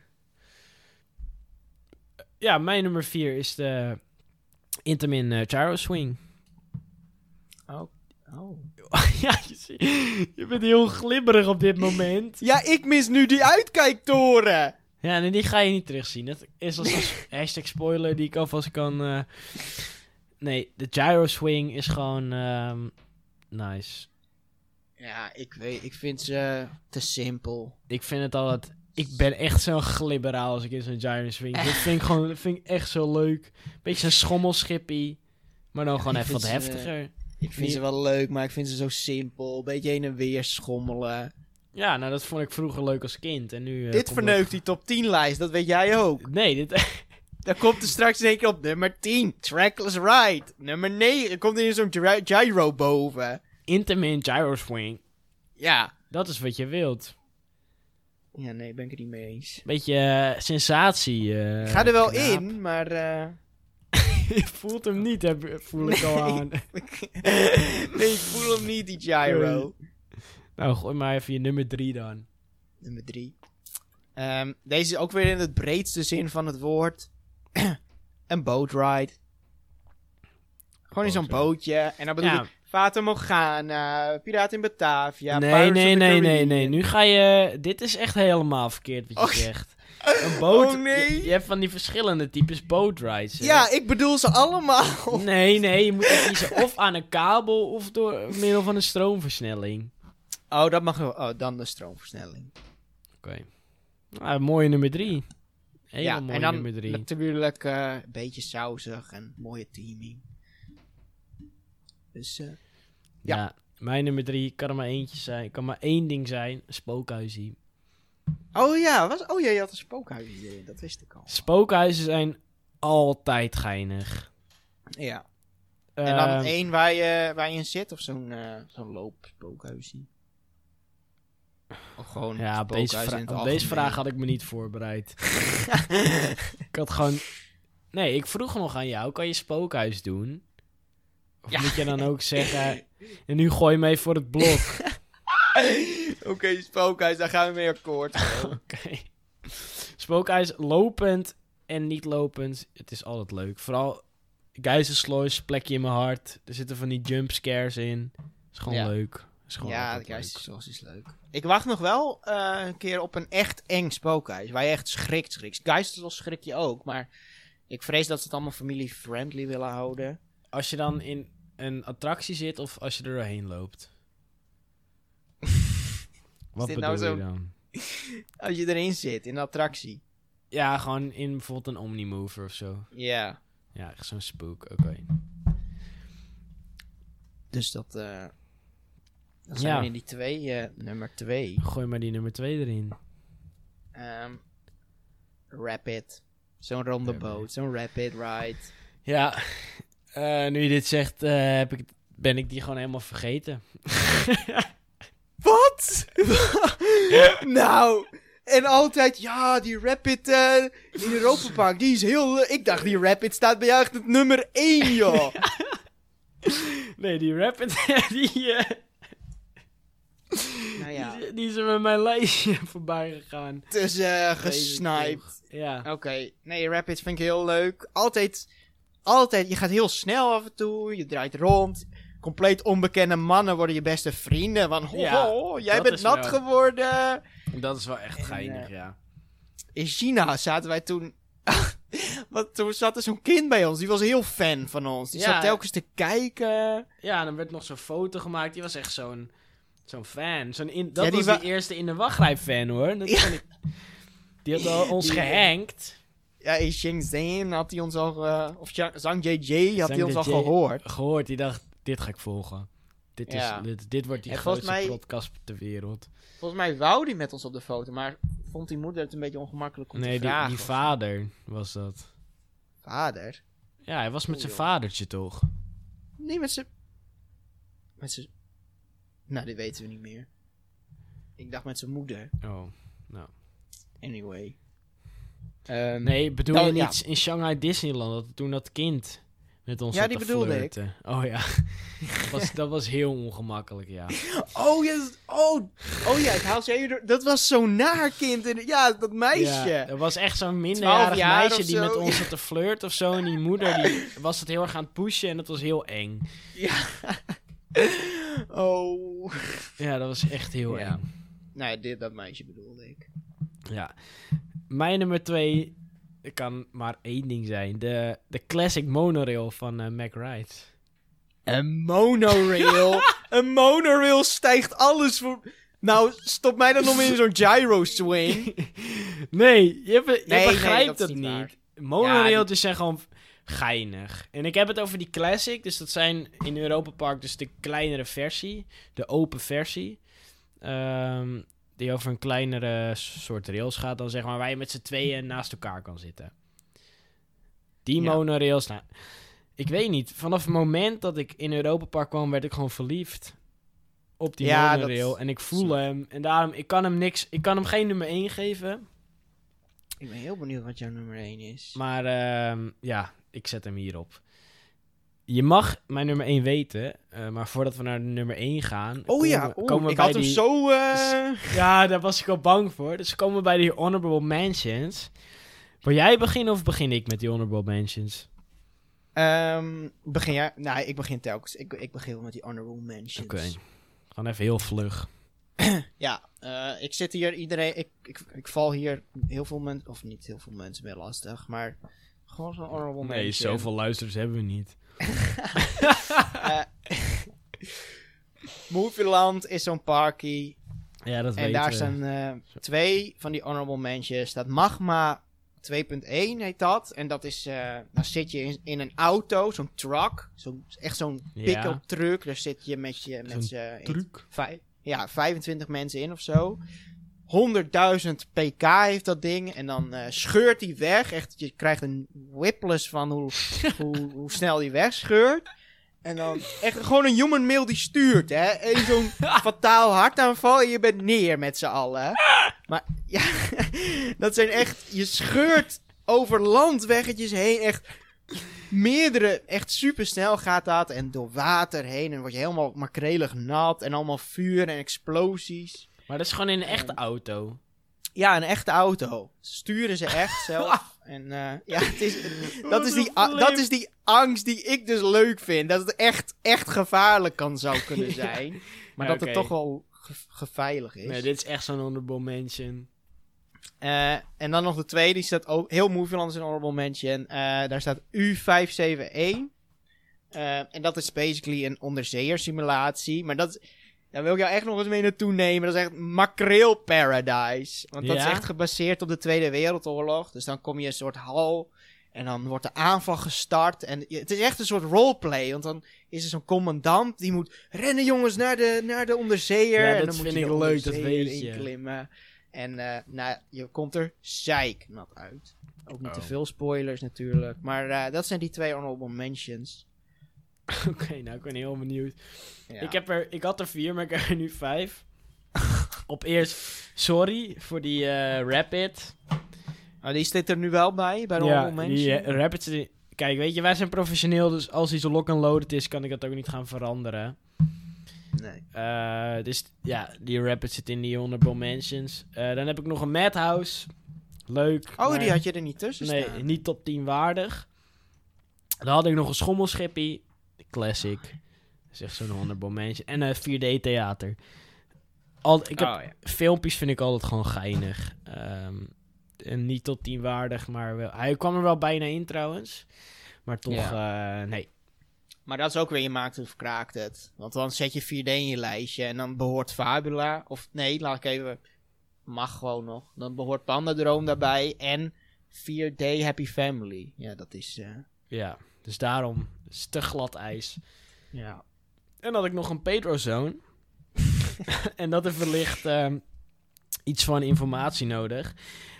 Ja, mijn nummer 4 is de Intamin Gyro Swing. Oh. Ja, je bent heel glibberig op dit moment. Ja, ik mis nu die uitkijktoren! Ja, en die ga je niet terugzien. Dat is als een hashtag spoiler die ik alvast kan... Nee, de Gyro Swing is gewoon nice. Ja, ik vind ze te simpel. Ik vind het altijd... Ik ben echt zo'n glibberaal als ik in zo'n Gyro Swing. Dat vind ik echt zo leuk. Beetje een schommelschippie. Maar dan gewoon even wat heftiger. Ik vind ze wel leuk, maar ik vind ze zo simpel. Beetje heen en weer schommelen. Ja, nou dat vond ik vroeger leuk als kind. En nu, dit verneukt die top 10 lijst, dat weet jij ook. Nee, dit... Dan komt er straks zeker op nummer 10. Trackless Ride. Nummer 9 komt er in zo'n gyro boven. Intamin Gyro Swing. Ja. Dat is wat je wilt. Ja, nee, ben ik het niet mee eens. Beetje sensatie. Ik ga er wel knaap. in, maar... Je voelt hem niet, voel ik al aan. Nee, ik voel hem niet, die gyro. Nou, gooi maar even je nummer 3 dan. Nummer 3. Deze is ook weer in het breedste zin van het woord. Een boat ride. Gewoon in zo'n bootje. En dan bedoel ik Fata Morgana, Piraten in Batavia. Nee. Nu ga je... Dit is echt helemaal verkeerd wat je zegt. Een boot... Oh nee. Je hebt van die verschillende types boat rides. Hè? Ja, ik bedoel ze allemaal. Nee, je moet er kiezen of aan een kabel of door middel van een stroomversnelling. Oh, dat mag wel. Oh, dan de stroomversnelling. Oké. Nou, mooie nummer 3. Hele Ja, mooie en dan nummer 3. natuurlijk een beetje sausig en mooie teaming. Dus Ja, mijn nummer 3 kan er maar eentje zijn. Kan maar één ding zijn. Spookhuisie. oh ja, je had een spookhuis idee, dat wist ik al. Spookhuizen zijn altijd geinig. Ja. En dan Ehm, één waar je in zit of zo'n loopspookhuisje. Of gewoon Ja, op spookhuis in het deze algemeen. vraag had ik me niet voorbereid. Ik had gewoon... Nee, ik vroeg nog aan jou, kan je spookhuis doen? Of Ja. moet je dan ook zeggen... En nu gooi je me even voor het blok. Oké, spookhuis, daar gaan we mee akkoord. Oké. Spookhuis lopend en niet lopend. Het is altijd leuk. Vooral Geiselslois, plekje in mijn hart. Er zitten van die jumpscares in. Is gewoon Ja. leuk. Is gewoon Ja, de altijd leuk. Geiselslois is leuk. Ik wacht nog wel een keer op een echt eng spookhuis. Waar je echt schrikt. Geiselslois schrik je ook, maar ik vrees dat ze het allemaal family-friendly willen houden. Als je dan in een attractie zit of als je er doorheen loopt. Wat dit bedoel nou zo- je dan? Als je erin zit, in de attractie. Ja, gewoon in bijvoorbeeld een Omnimover of zo. Ja. Ja, echt zo'n spook. Oké. Dus dat... dan zijn Ja. we in die nummer 2. Gooi maar die nummer 2 erin. Rapid. Zo'n ronde Rapid. boot. Zo'n rapid ride. Ja, nu je dit zegt, ben ik die gewoon helemaal vergeten. Wat? Nou, en altijd, ja, die Rapid in Europa Park, die is heel... ik dacht, die Rapid staat bij jou echt op nummer 1, joh. Nee, die Rapid, Nou ja, die is er met mijn lijstje voorbij gegaan. dus gesniped. Ja. Oké, nee, Rapid vind ik heel leuk. Altijd, je gaat heel snel af en toe, je draait rond. Compleet onbekende mannen worden je beste vrienden. Van, Ja, jij dat bent is nat wel- geworden. Dat is wel echt En, geinig, ja. In China zaten wij toen... Want toen zat er zo'n kind bij ons, die was heel fan van ons. Die Ja. zat telkens te kijken. Ja, en dan werd nog zo'n foto gemaakt. Die was echt zo'n fan. Dat Ja, die was wa- de eerste in de wachtrij fan, hoor. Dat Ja. vond ik... Die had al ons Die- gehankt. Ja, in Shenzhen had hij ons al... of Zhang JJ had hij ons al Zhang JJ. gehoord. Gehoord, die dacht, dit ga ik volgen. Ja. Dit wordt die En grootste volgens mij- podcast ter wereld. Volgens mij wou die met ons op de foto, maar vond die moeder het een beetje ongemakkelijk om Nee, te vragen. die vader was dat. Vader? Ja, hij was met Oh, zijn joh. vadertje, toch? Nee, met zijn... Nou, dit weten we niet meer. Ik dacht met zijn moeder. Oh, nou. Anyway. Nee, bedoel nou, je ja. niet in Shanghai Disneyland, toen dat kind met ons Ja, zat die te bedoelde ik. flirten? Oh ja, dat was heel ongemakkelijk, ja. Oh ja, oh ja, ik haal ze even door. Dat was zo'n naar kind. Ja, dat meisje. Ja, er was echt zo'n minderjarig 12 jaar meisje of die zo. met ons zat te flirten of zo. En die moeder die was het heel erg aan het pushen en dat was heel eng. Ja. Oh. Ja, dat was echt heel Ja. eng. Nee, dat meisje bedoelde ik. Ja. Mijn nummer 2 kan maar één ding zijn. De classic monorail van Mack Ride. Een monorail. Een monorail stijgt alles voor... Nou, stop mij dan nog in zo'n gyro swing. Nee, je Nee, begrijpt dat is het niet niet. waar. Monorailtjes zijn gewoon geinig. En ik heb het over die classic. Dus dat zijn in Europa Park dus de kleinere versie. De open versie. Die over een kleinere soort rails gaat dan, zeg maar, waar je met z'n tweeën naast elkaar kan zitten. Die Ja. monorails, nou, ik weet niet. Vanaf het moment dat ik in Europa Park kwam, werd ik gewoon verliefd op die Ja, monorail. dat- En ik voel hem. En daarom, ik kan hem geen nummer 1 geven. Ik ben heel benieuwd wat jouw nummer 1 is. Maar ja, ik zet hem hierop. Je mag mijn nummer 1 weten, maar voordat we naar de nummer 1 gaan... Oh ja, komen we ik bij had hem die... zo... Ja, daar was ik al bang voor. Dus komen we bij die honorable mentions. Wil jij beginnen of begin ik met die honorable mentions? Begin jij? Nee, ik begin telkens. Ik begin wel met die honorable mentions. Oké. Gewoon even heel vlug. Ja, ik zit hier iedereen... Ik val hier heel veel mensen... Of niet heel veel mensen meer lastig, maar... Gewoon zo'n honorable Nee, mention. zoveel luisteraars hebben we niet. Movieland is zo'n parkie. Ja, dat En weten daar we. staan 2 van die honorable mentions. Staat Magma 2.1 heet dat. En dat is, dan zit je in een auto, zo'n truck. Echt zo'n Ja. pick-up truck. Daar zit je met z'n Truc. 25 mensen in of zo. 100.000 pk heeft dat ding. En dan scheurt die weg. Echt, je krijgt een whiplash van hoe snel die wegscheurt. En dan echt gewoon een human male die stuurt, hè. En zo'n fataal hartaanval en je bent neer met z'n allen. Maar ja, dat zijn echt... Je scheurt over landweggetjes heen. Echt meerdere... Echt supersnel gaat dat. En door water heen. En dan word je helemaal makrelig nat. En allemaal vuur en explosies. Maar dat is gewoon in een echte auto. Ja, een echte auto. Sturen ze echt zelf. En ja, dat is die angst die ik dus leuk vind. Dat het echt gevaarlijk zou kunnen zijn. Maar Ja, dat het oké. toch wel geveilig is. Nee, dit is echt zo'n honorable mention. En dan nog de tweede, die staat ook heel Movieland is een honorable mention. Daar staat U571. En dat is basically een onderzeeër simulatie. Maar daar wil ik jou echt nog eens mee naartoe nemen. Dat is echt makreel paradise. Want dat is Ja? echt gebaseerd op de Tweede Wereldoorlog. Dus dan kom je in een soort hal. En dan wordt de aanval gestart. En het is echt een soort roleplay. Want dan is er zo'n commandant. Die moet rennen jongens naar de onderzeeër. Ja, en dat dan moet vind je ik de leuk, dat onderzeeër weet je. inklimmen. En nou, je komt er zeiknat uit. Ook niet te Oh. veel spoilers natuurlijk. Maar dat zijn die 2 honorable mentions. Oké, nou, ik ben heel benieuwd. Ja. Ik had er 4, maar ik heb er nu 5. Op eerst, sorry voor die Rapid. Die zit er nu wel bij de honorable mention. die Rapid zit... Kijk, weet je, wij zijn professioneel, dus als iets lock and loaded is, kan ik dat ook niet gaan veranderen. Nee. Dus ja, die Rapid zit in die honorable mentions. Dan heb ik nog een Madhouse. Leuk. Oh, maar- die had je er niet tussen Nee, staan. niet top 10 waardig. Dan had ik nog een Schommelschippie. Classic. Dat is echt zo'n honorable mention. En een 4D theater. Ik heb Oh, ja. filmpjes vind ik altijd gewoon geinig. En niet tot 10 waardig, maar wel. Hij kwam er wel bijna in trouwens. Maar toch, nee. Maar dat is ook weer, je maakt het of kraakt het. Want dan zet je 4D in je lijstje en dan behoort Fabula. Of nee, laat ik even... Mag gewoon nog. Dan behoort Pandadroom daarbij en 4D Happy Family. Ja, dat is... Ja, dus daarom is het te glad ijs. ja. En dan had ik nog een Pedro-zone. En dat heeft wellicht iets van informatie nodig.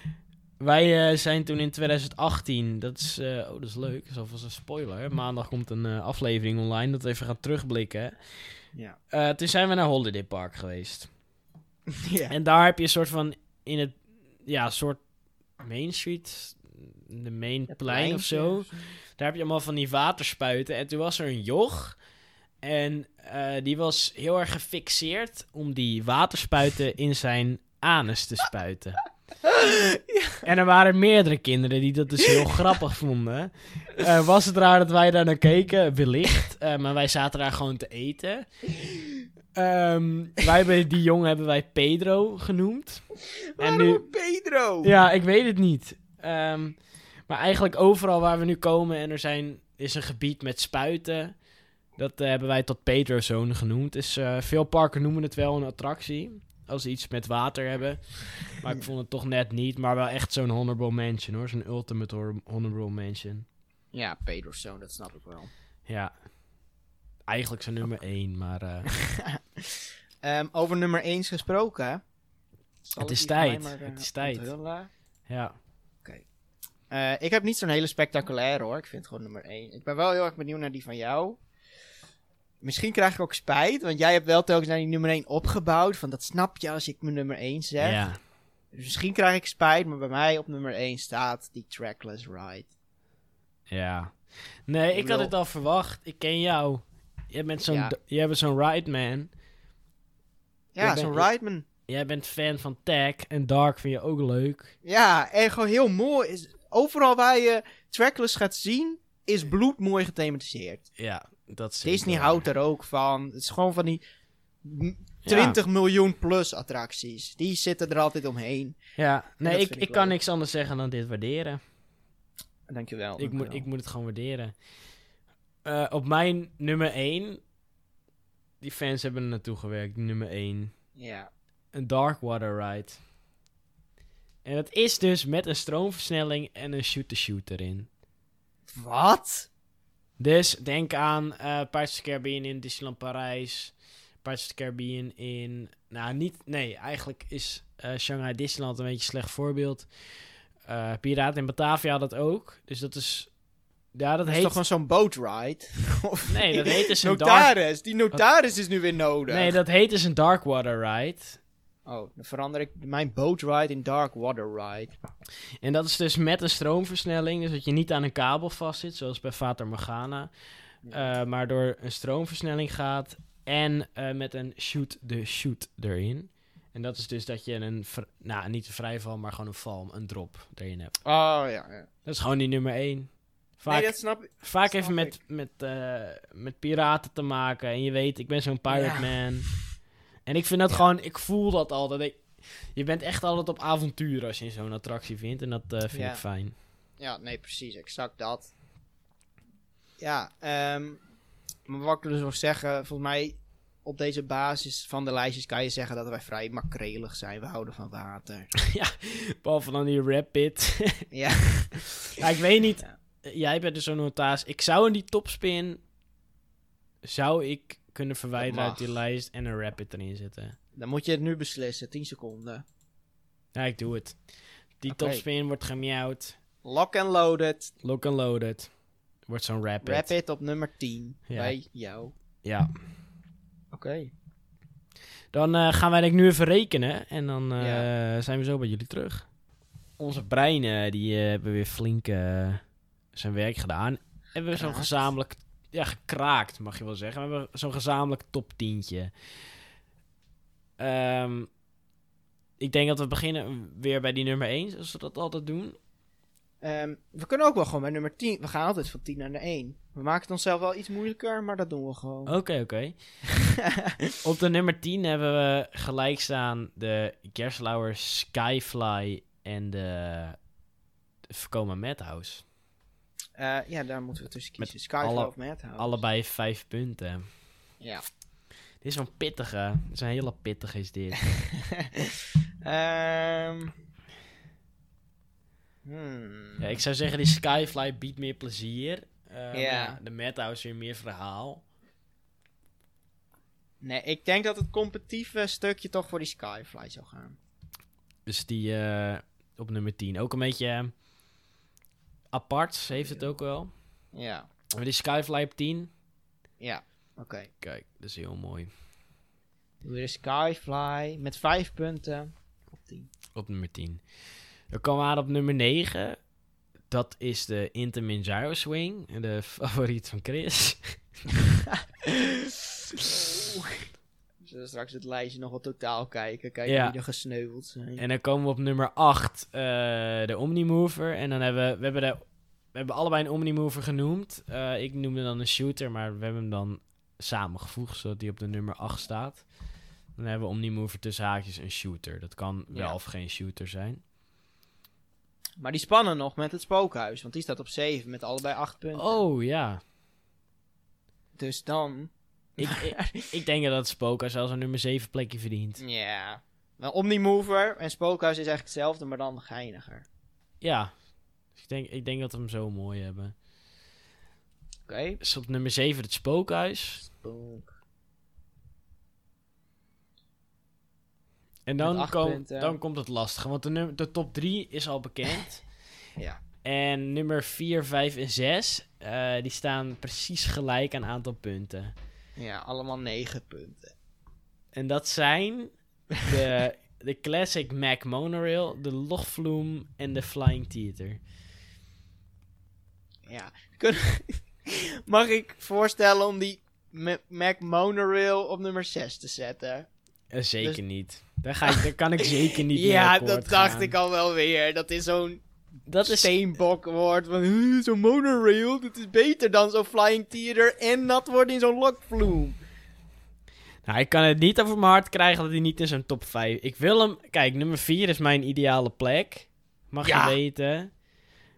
Wij zijn toen in 2018, dat is leuk, dat is alvast een spoiler. Maandag komt een aflevering online, dat we even gaan terugblikken. Ja. Toen zijn we naar Holiday Park geweest. Ja. En daar heb je een soort van, in het, ja, soort Main Street, de main plein of zo. Daar heb je allemaal van die waterspuiten. En toen was er een joch. En die was heel erg gefixeerd om die waterspuiten in zijn anus te spuiten. En er waren meerdere kinderen die dat dus heel grappig vonden. Was het raar dat wij daar naar keken? Wellicht. Maar wij zaten daar gewoon te eten. Die jongen hebben wij Pedro genoemd. En nu, Pedro? ja, ik weet het niet. Maar eigenlijk overal waar we nu komen en is een gebied met spuiten. Dat hebben wij tot Pedro-zone genoemd. Dus veel parken noemen het wel een attractie. Als ze iets met water hebben. Maar ik vond het toch net niet. Maar wel echt zo'n honorable mention hoor. Zo'n ultimate honorable mention. Ja, Pedro's zoon, dat snap ik wel. Ja. Eigenlijk zijn nummer 1, maar... Over nummer 1 gesproken. Zal Het ik is die tijd. voor mij maar, Het is tijd. onthullen? ja. Ik heb niet zo'n hele spectaculaire hoor. Ik vind het gewoon nummer 1. Ik ben wel heel erg benieuwd naar die van jou. Misschien krijg ik ook spijt. Want jij hebt wel telkens naar die nummer 1 opgebouwd. Van dat snap je als ik mijn nummer 1 zeg. Ja. Dus misschien krijg ik spijt. Maar bij mij op nummer 1 staat die Trackless Ride. Ja. Nee, ik had wil- het al verwacht. Ik ken jou. Jij bent Ja. zo'n ride man. Ja, Ik zo'n ben- Rideman. Jij bent fan van Tag en Dark vind je ook leuk. Ja, en gewoon heel mooi. Overal waar je Trackless gaat zien, is bloedmooi gethematiseerd. Ja, dat is Disney houdt er ook van. Het is gewoon van die 20 miljoen plus attracties. Die zitten er altijd omheen. Ja, nee, dat ik vind ik kan leuk. niks anders zeggen dan dit waarderen. Dankjewel. Ik moet het gewoon waarderen. Op mijn nummer 1, die fans hebben er naartoe gewerkt, die nummer 1. Ja. een dark water ride. En dat is dus met een stroomversnelling en een shoot-to-shoot erin. Wat? Dus denk aan Pirates of the Caribbean in Disneyland Parijs. Pirates of the Caribbean in... Nee, eigenlijk is Shanghai Disneyland een beetje een slecht voorbeeld. Piraten in Batavia had dat ook. Dus dat is... Ja, dat is heet... toch gewoon zo'n boatride? Nee, dat heet dus een notaris. Die notaris is nu weer nodig. Nee, dat heet dus een dark water ride. Oh, dan verander ik mijn boatride in dark water ride. En dat is dus met een stroomversnelling. Dus dat je niet aan een kabel vastzit, zoals bij Fata Morgana. Maar door een stroomversnelling gaat. En met een shoot-the-shoot erin. En dat is dus dat je niet een vrijval, maar gewoon een val, een drop erin hebt. Oh, ja. Dat is gewoon die nummer 1. Nee, dat snap ik. Vaak even met piraten te maken. En je weet, ik ben zo'n pirate man. En ik vind dat gewoon, ik voel dat altijd. Je bent echt altijd op avontuur als je zo'n attractie vindt. En dat vind ik fijn. Ja, nee, precies. Exact dat. Ja, maar wat ik dus wil zeggen, volgens mij op deze basis van de lijstjes kan je zeggen dat wij vrij makrelig zijn. We houden van water. Ja, behalve dan die Rapid. Ja. Ja, ik weet niet. Ja. Jij bent dus zo'n notaris. Ik zou in die topspin... Zou ik kunnen verwijderen uit die lijst en een Rapid erin zetten. Dan moet je het nu beslissen. 10 seconden. Ja, ik doe het. Die topspin wordt gemiauwd. Lock and loaded. Lock and loaded. Wordt zo'n Rapid. Rapid op nummer 10. Ja. Bij jou. Ja. Oké. Dan gaan wij nu even rekenen. En dan zijn we zo bij jullie terug. Onze breinen die hebben weer flink zijn werk gedaan. Hebben we zo'n gezamenlijk... Ja, gekraakt mag je wel zeggen. We hebben zo'n gezamenlijk top 10'tje. Ik denk dat we beginnen weer bij die nummer 1. Zoals we dat altijd doen. We kunnen ook wel gewoon bij nummer 10. We gaan altijd van 10 naar de 1. We maken het onszelf wel iets moeilijker, maar dat doen we gewoon. Oké. Op de nummer 10 hebben we gelijk staan de Gerstlauer Skyfly en de Vekoma Madhouse. Ja, daar moeten we tussen kiezen. Skyfly of Madhouse. Allebei 5 punten. Ja. Dit is zo'n pittige. Dit is een hele pittige is dit. Ja, ik zou zeggen, die Skyfly biedt meer plezier. Ja, de Madhouse weer meer verhaal. Nee, ik denk dat het competitieve stukje toch voor die Skyfly zou gaan. Dus die op nummer 10. Ook een beetje apart heeft het ook wel. Ja. Maar die Skyfly op 10. Ja, oké. Kijk, dat is heel mooi. Doe de Skyfly met 5 punten op 10. Op nummer 10. Dan komen we aan op nummer 9. Dat is de Intamin Gyro Swing. De favoriet van Chris. We zullen straks het lijstje nog wel totaal kijken. Kijken wie er gesneuveld zijn. En dan komen we op nummer 8. De Omnimover. En dan hebben we hebben allebei een Omnimover genoemd. Ik noemde dan een shooter, maar we hebben hem dan samengevoegd, zodat hij op de nummer 8 staat. Dan hebben we Omnimover tussen haakjes een shooter. Dat kan wel of geen shooter zijn. Maar die spannen nog met het spookhuis, want die staat op 7 met allebei 8 punten. Oh, ja. Dus dan... Ik denk dat het spookhuis zelfs een nummer 7 plekje verdient. Ja. Nou, Omnimover en spookhuis is eigenlijk hetzelfde, maar dan geiniger. Ja. Ik denk dat we hem zo mooi hebben. Oké. Dus op nummer 7 het spookhuis. En dan komt het lastige, want de top 3 is al bekend. Ja. En nummer 4, 5 en 6, die staan precies gelijk aan aantal punten. Ja, allemaal 9 punten. En dat zijn de Classic Mac Monorail, de Logvloem en de Flying Theater. Ja. Mag ik voorstellen om die Mac Monorail op nummer 6 te zetten? Zeker dus... niet. Daar kan ik zeker niet mee ja, akkoord dat dacht gaan. ik al wel weer. Dat is zo'n steenbokwoord van zo'n monorail. Dat is beter dan zo'n Flying Theater en dat wordt in zo'n Lokvloem. Nou, ik kan het niet over mijn hart krijgen dat hij niet in zo'n top 5... Ik wil hem... Kijk, nummer 4 is mijn ideale plek. Mag je weten.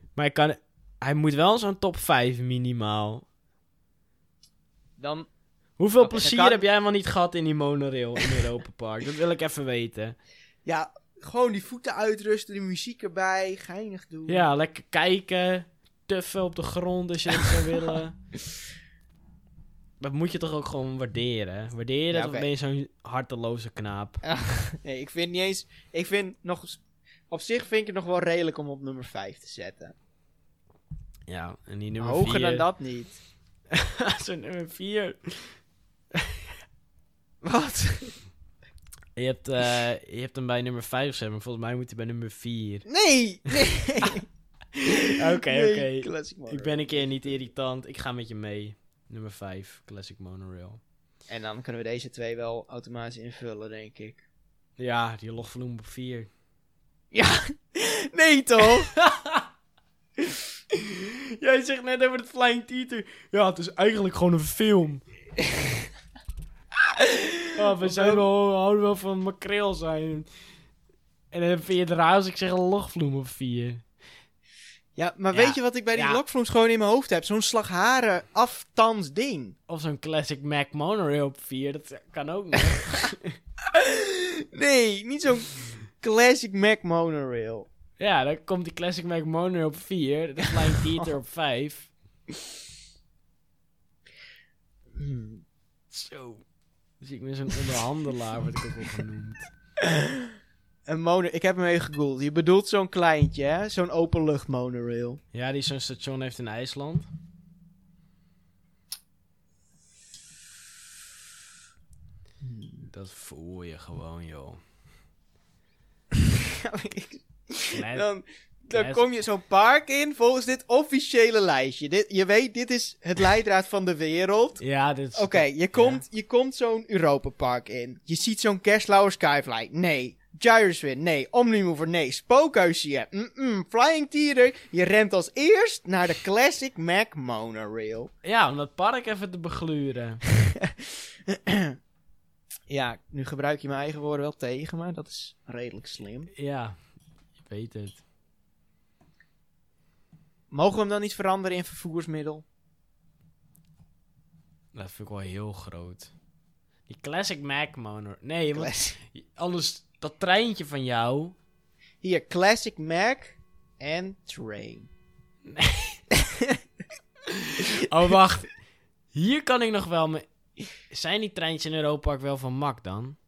Maar hij moet wel zo'n top 5 minimaal. Dan Hoeveel Oké, dan plezier kan- heb jij helemaal niet gehad in die monorail in Europa Park? Dat wil ik even weten. Ja, gewoon die voeten uitrusten, die muziek erbij, geinig doen. Ja, lekker kijken. Tuffen op de grond als je dat zou willen. Dat moet je toch ook gewoon waarderen? Hè? Waardeer je dat Ja, of oké. ben je zo'n harteloze knaap? Nee, ik vind niet eens... Ik vind nog... Op zich vind ik het nog wel redelijk om op nummer 5 te zetten. Ja, en die nummer Hoger 4... dan dat niet. Zo'n nummer 4... Wat? Je hebt hem bij nummer 5 gezet, maar volgens mij moet hij bij nummer 4. Nee! Oké, Nee, oké. Classic Monorail. Ik ben een keer niet irritant. Ik ga met je mee. Nummer 5, Classic Monorail. En dan kunnen we deze twee wel automatisch invullen, denk ik. Ja, die logvloem op 4. Ja! Nee, toch? Jij zegt net over het Flying Theater. Ja, het is eigenlijk gewoon een film. Oh, we houden wel van makreel zijn. En dan vind je het raar als ik zeg een logvloem op 4. Ja, maar Ja. weet je wat ik bij die Ja. lokvloems gewoon in mijn hoofd heb? Zo'n slagharen aftans ding. Of zo'n Classic Mac Monorail op 4. Dat kan ook nog. Nee, niet zo'n classic Mac monorail. Ja, dan komt die Classic Mac Monorail op 4. De Flying Theater op 5. Zo. Dus ik ben zo'n onderhandelaar, word ik ook wel genoemd. Ik heb hem even gegoogeld. Je bedoelt zo'n kleintje, hè? Zo'n openlucht monorail. Ja, die zo'n station heeft in IJsland. Dat voel je gewoon, joh. Dan Classic- kom je zo'n park in volgens dit officiële lijstje. Je weet, dit is het leidraad van de wereld. Ja, dit is... Oké, je komt zo'n Europa Park in. Je ziet zo'n Gerstlauer Skyfly. Nee. Gyroswing. Nee. Omnimover. Nee. Spookhuis zie je. Flying Theater. Je rent als eerst naar de Classic Mac Monorail. Ja, om dat park even te begluren. Ja, nu gebruik je mijn eigen woorden wel tegen me. Dat is redelijk slim. Ja, je weet het. Mogen we hem dan niet veranderen in vervoersmiddel? Dat vind ik wel heel groot. Die Classic Mac Monorail. Nee, want anders dat treintje van jou... Hier, Classic Mac en Train. Oh, wacht. Hier kan ik nog wel mee... Zijn die treintjes in Europa Park wel van Mac dan?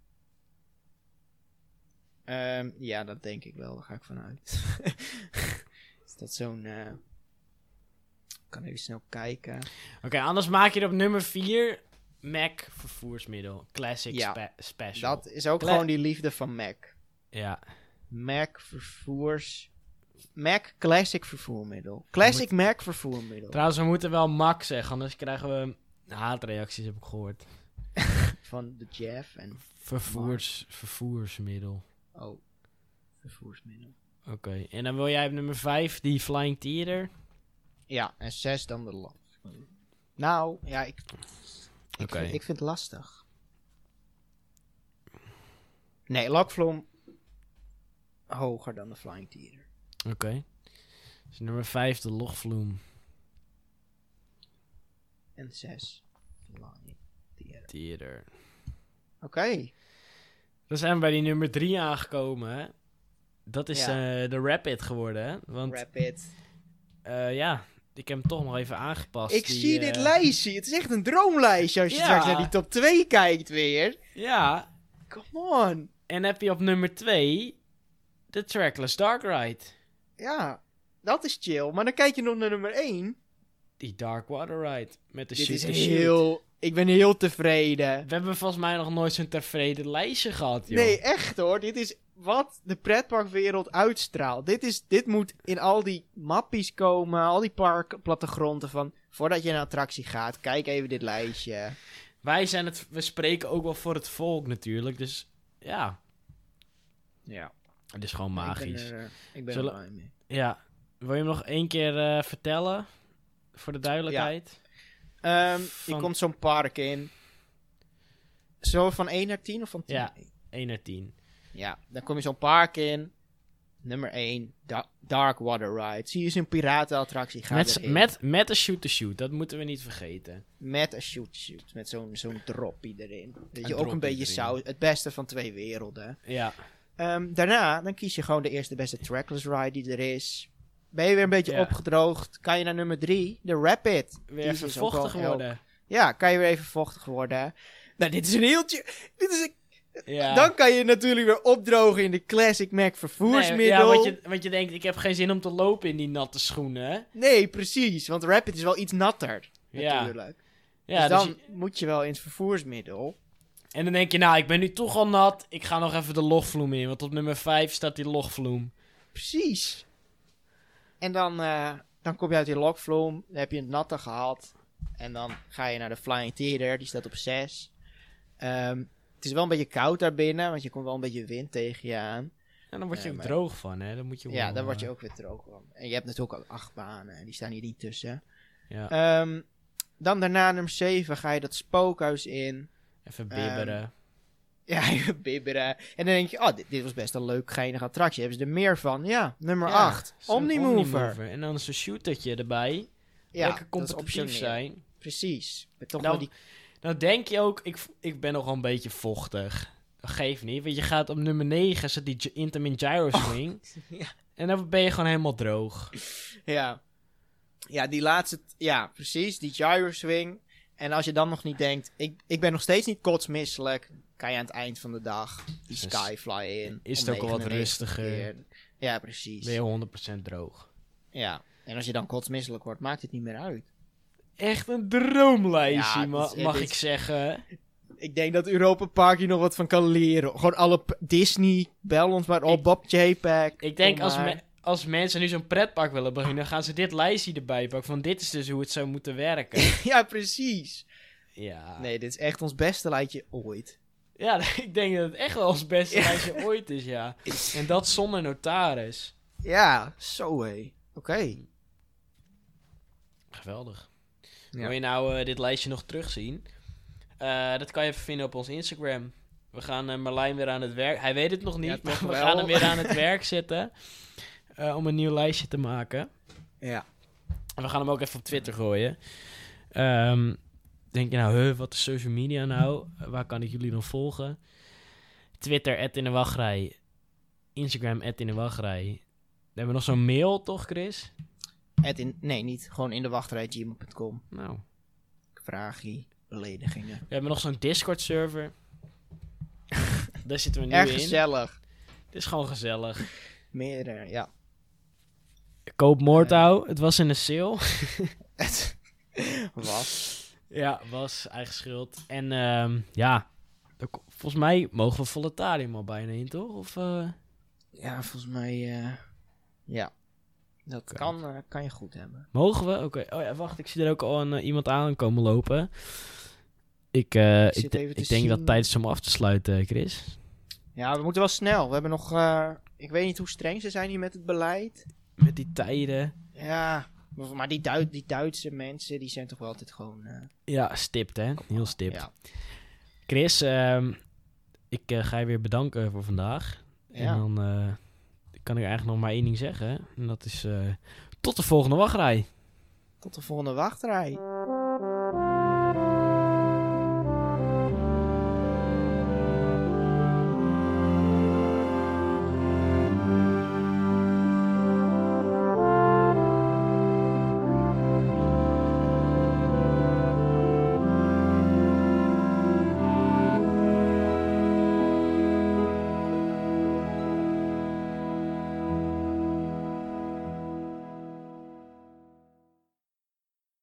Ja, dat denk ik wel. Daar ga ik vanuit. Is dat zo'n... Ik kan even snel kijken. Oké, anders maak je er op nummer 4 Mac vervoersmiddel. Classic Ja, Special. Dat is ook gewoon die liefde van Mac. Ja. Mac Classic vervoermiddel. Classic Mac vervoermiddel. Trouwens, we moeten wel Mac zeggen, anders krijgen we haatreacties, heb ik gehoord. Van de Jeff en... Vervoersmiddel. Oh, vervoersmiddel. Oké, en dan wil jij op nummer 5 die Flying Theater. Ja, en 6 dan de lok. Nou, ja, ik Oké. vind het lastig. Nee, Lokvloem hoger dan de Flying Theater. Oké. Dus nummer 5 de Logvloem En 6 Flying Theater. Theater. Oké. Dan zijn we bij die nummer 3 aangekomen, hè. Dat is Ja. de Rapid geworden, hè. Want Rapid. ja, ik heb hem toch nog even aangepast. Ik die, zie dit lijstje. Het is echt een droomlijstje als je straks naar die top 2 kijkt weer. Ja, Come on. en heb je op nummer 2 de Trackless Dark Ride. Ja, dat is chill. Maar dan kijk je nog naar nummer 1. Die Dark Water Ride. Met de Dit shoot is to shoot. heel... Ik ben heel tevreden. We hebben volgens mij nog nooit zo'n tevreden lijstje gehad, joh. Nee, echt hoor. Dit is wat de pretparkwereld uitstraalt. Dit moet in al die mappies komen, al die parkplattegronden van... Voordat je naar een attractie gaat, kijk even dit lijstje. We spreken ook wel voor het volk natuurlijk, dus ja. Ja. Het is gewoon magisch. Ik ben Zullen- er blij mee. Ja. Wil je hem nog één keer vertellen? Voor de duidelijkheid? Je Van- komt zo'n park in. Zo van 1 naar 10 of van 10 Ja. naar 1? 1 naar 10. Ja, dan kom je zo'n park in. nummer 1, Dark Water Ride. Zie je zo'n piratenattractie, ga erin. Met een shoot-to-shoot, dat moeten we niet vergeten. Met een shoot. Met zo'n droppie erin. Dat je ook droppie een beetje erin. saus. Het beste van 2 werelden. Ja. Daarna, dan kies je gewoon de eerste beste trackless ride die er is. Ben je weer een beetje Ja. opgedroogd, kan je naar nummer 3, de Rapid. Weer Die even is ook wel vochtig heel- worden. Ja, kan je weer even vochtig worden. Nou, dit is een heeltje. Ja. Dan kan je natuurlijk weer opdrogen in de Classic Mac vervoersmiddel. Nee, want je denkt, ik heb geen zin om te lopen in die natte schoenen, hè? Nee, precies. Want Rapid is wel iets natter. Ja. Natuurlijk. Ja, dus dus dan moet je wel in het vervoersmiddel. en dan denk je, nou, ik ben nu toch al nat. Ik ga nog even de logvloem in. Want op nummer 5 staat die logvloem. Precies. En dan kom je uit die lokvloem. Dan heb je het natte gehad. En dan ga je naar de Flying Theater. Die staat op 6. Het is wel een beetje koud daarbinnen. Want je komt wel een beetje wind tegen je aan. En dan word je ook maar- droog van, hè? Dan moet je Ja, wel, daar word je ook weer droog van. En je hebt natuurlijk ook 8 banen. En die staan hier niet tussen. Ja, Dan daarna nummer 7 ga je dat spookhuis in. even bibberen. Ja, even bibberen. En dan denk je, oh, dit was best een leuk, geinig attractie. Hebben ze er meer van? Ja, nummer Ja, 8. zo'n Omnimover. En dan zo'n shootertje erbij. Ja, Lekker dat is competitief optioneel. zijn. Precies. Met toch Nou, wel die... Nou denk je ook, ik ben nogal een beetje vochtig. Dat geeft niet, want je gaat op nummer 9, zit die Intamin Gyro Swing. Ja. En dan ben je gewoon helemaal droog. Ja. Ja, die laatste... Ja, precies. Die gyro swing. En als je dan nog niet denkt... Ik ben nog steeds niet kotsmisselijk. Kan je aan het eind van de dag die Dus skyfly in. is het om ook al wat 99 rustiger. keer. Ja, precies. Ben je 100% droog. Ja. En als je dan kotsmisselijk wordt, maakt het niet meer uit. Echt een droomlijstje, Ja, mag dit ik zeggen. Ik denk dat Europa Park hier nog wat van kan leren. Gewoon alle Disney, bel ons maar op, Bob JPEG. Ik denk kom maar. als mensen nu zo'n pretpark willen beginnen, dan gaan ze dit lijstje erbij pakken. Van dit is dus hoe het zou moeten werken. Ja, precies. Ja. Nee, dit is echt ons beste lijstje ooit. Ja, ik denk dat het echt wel ons beste lijstje ooit is, ja. En dat zonder notaris. Ja, zo hé. Oké. Geweldig. Ja. Wil je nou dit lijstje nog terugzien? Dat kan je even vinden op ons Instagram. We gaan Marlijn weer aan het werk. Hij weet het nog niet, Ja, maar toch we wel. gaan hem weer aan het werk zetten. Om een nieuw lijstje te maken. Ja. En we gaan hem ook even op Twitter gooien. Denk je nou, wat is social media nou? Waar kan ik jullie dan volgen? Twitter, @inDeWachtrij. Instagram, @inDeWachtrij. Dan hebben we nog zo'n mail, toch, Chris? Nee, niet. Gewoon in de wachtrij gmail.com. Nou, Vragie, beledigingen. we hebben nog zo'n Discord-server. Daar zitten we nu Erg in. gezellig. Het is gewoon gezellig. Meer, ja. Koop Moordhouw. Het was in de sale. Het was. Ja, was eigen schuld. En ja, volgens mij mogen we Voletarium al bijna in, toch? Of, Ja, volgens mij, ja. Dat Oké. kan je goed hebben. mogen we? Oké. Oh ja, wacht. Ik zie er ook al iemand aan komen lopen. Ik zit even te denk dat zien. het tijd is om af te sluiten, Chris. Ja, we moeten wel snel. We hebben nog, ik weet niet hoe streng ze zijn hier met het beleid. Met die tijden. Ja, maar die Duitse mensen, die zijn toch wel altijd gewoon... Ja, stipt, hè? Heel stipt. Ja. Chris, ik ga je weer bedanken voor vandaag. Ja. En dan kan ik eigenlijk nog maar één ding zeggen. En dat is tot de volgende wachtrij. Tot de volgende wachtrij.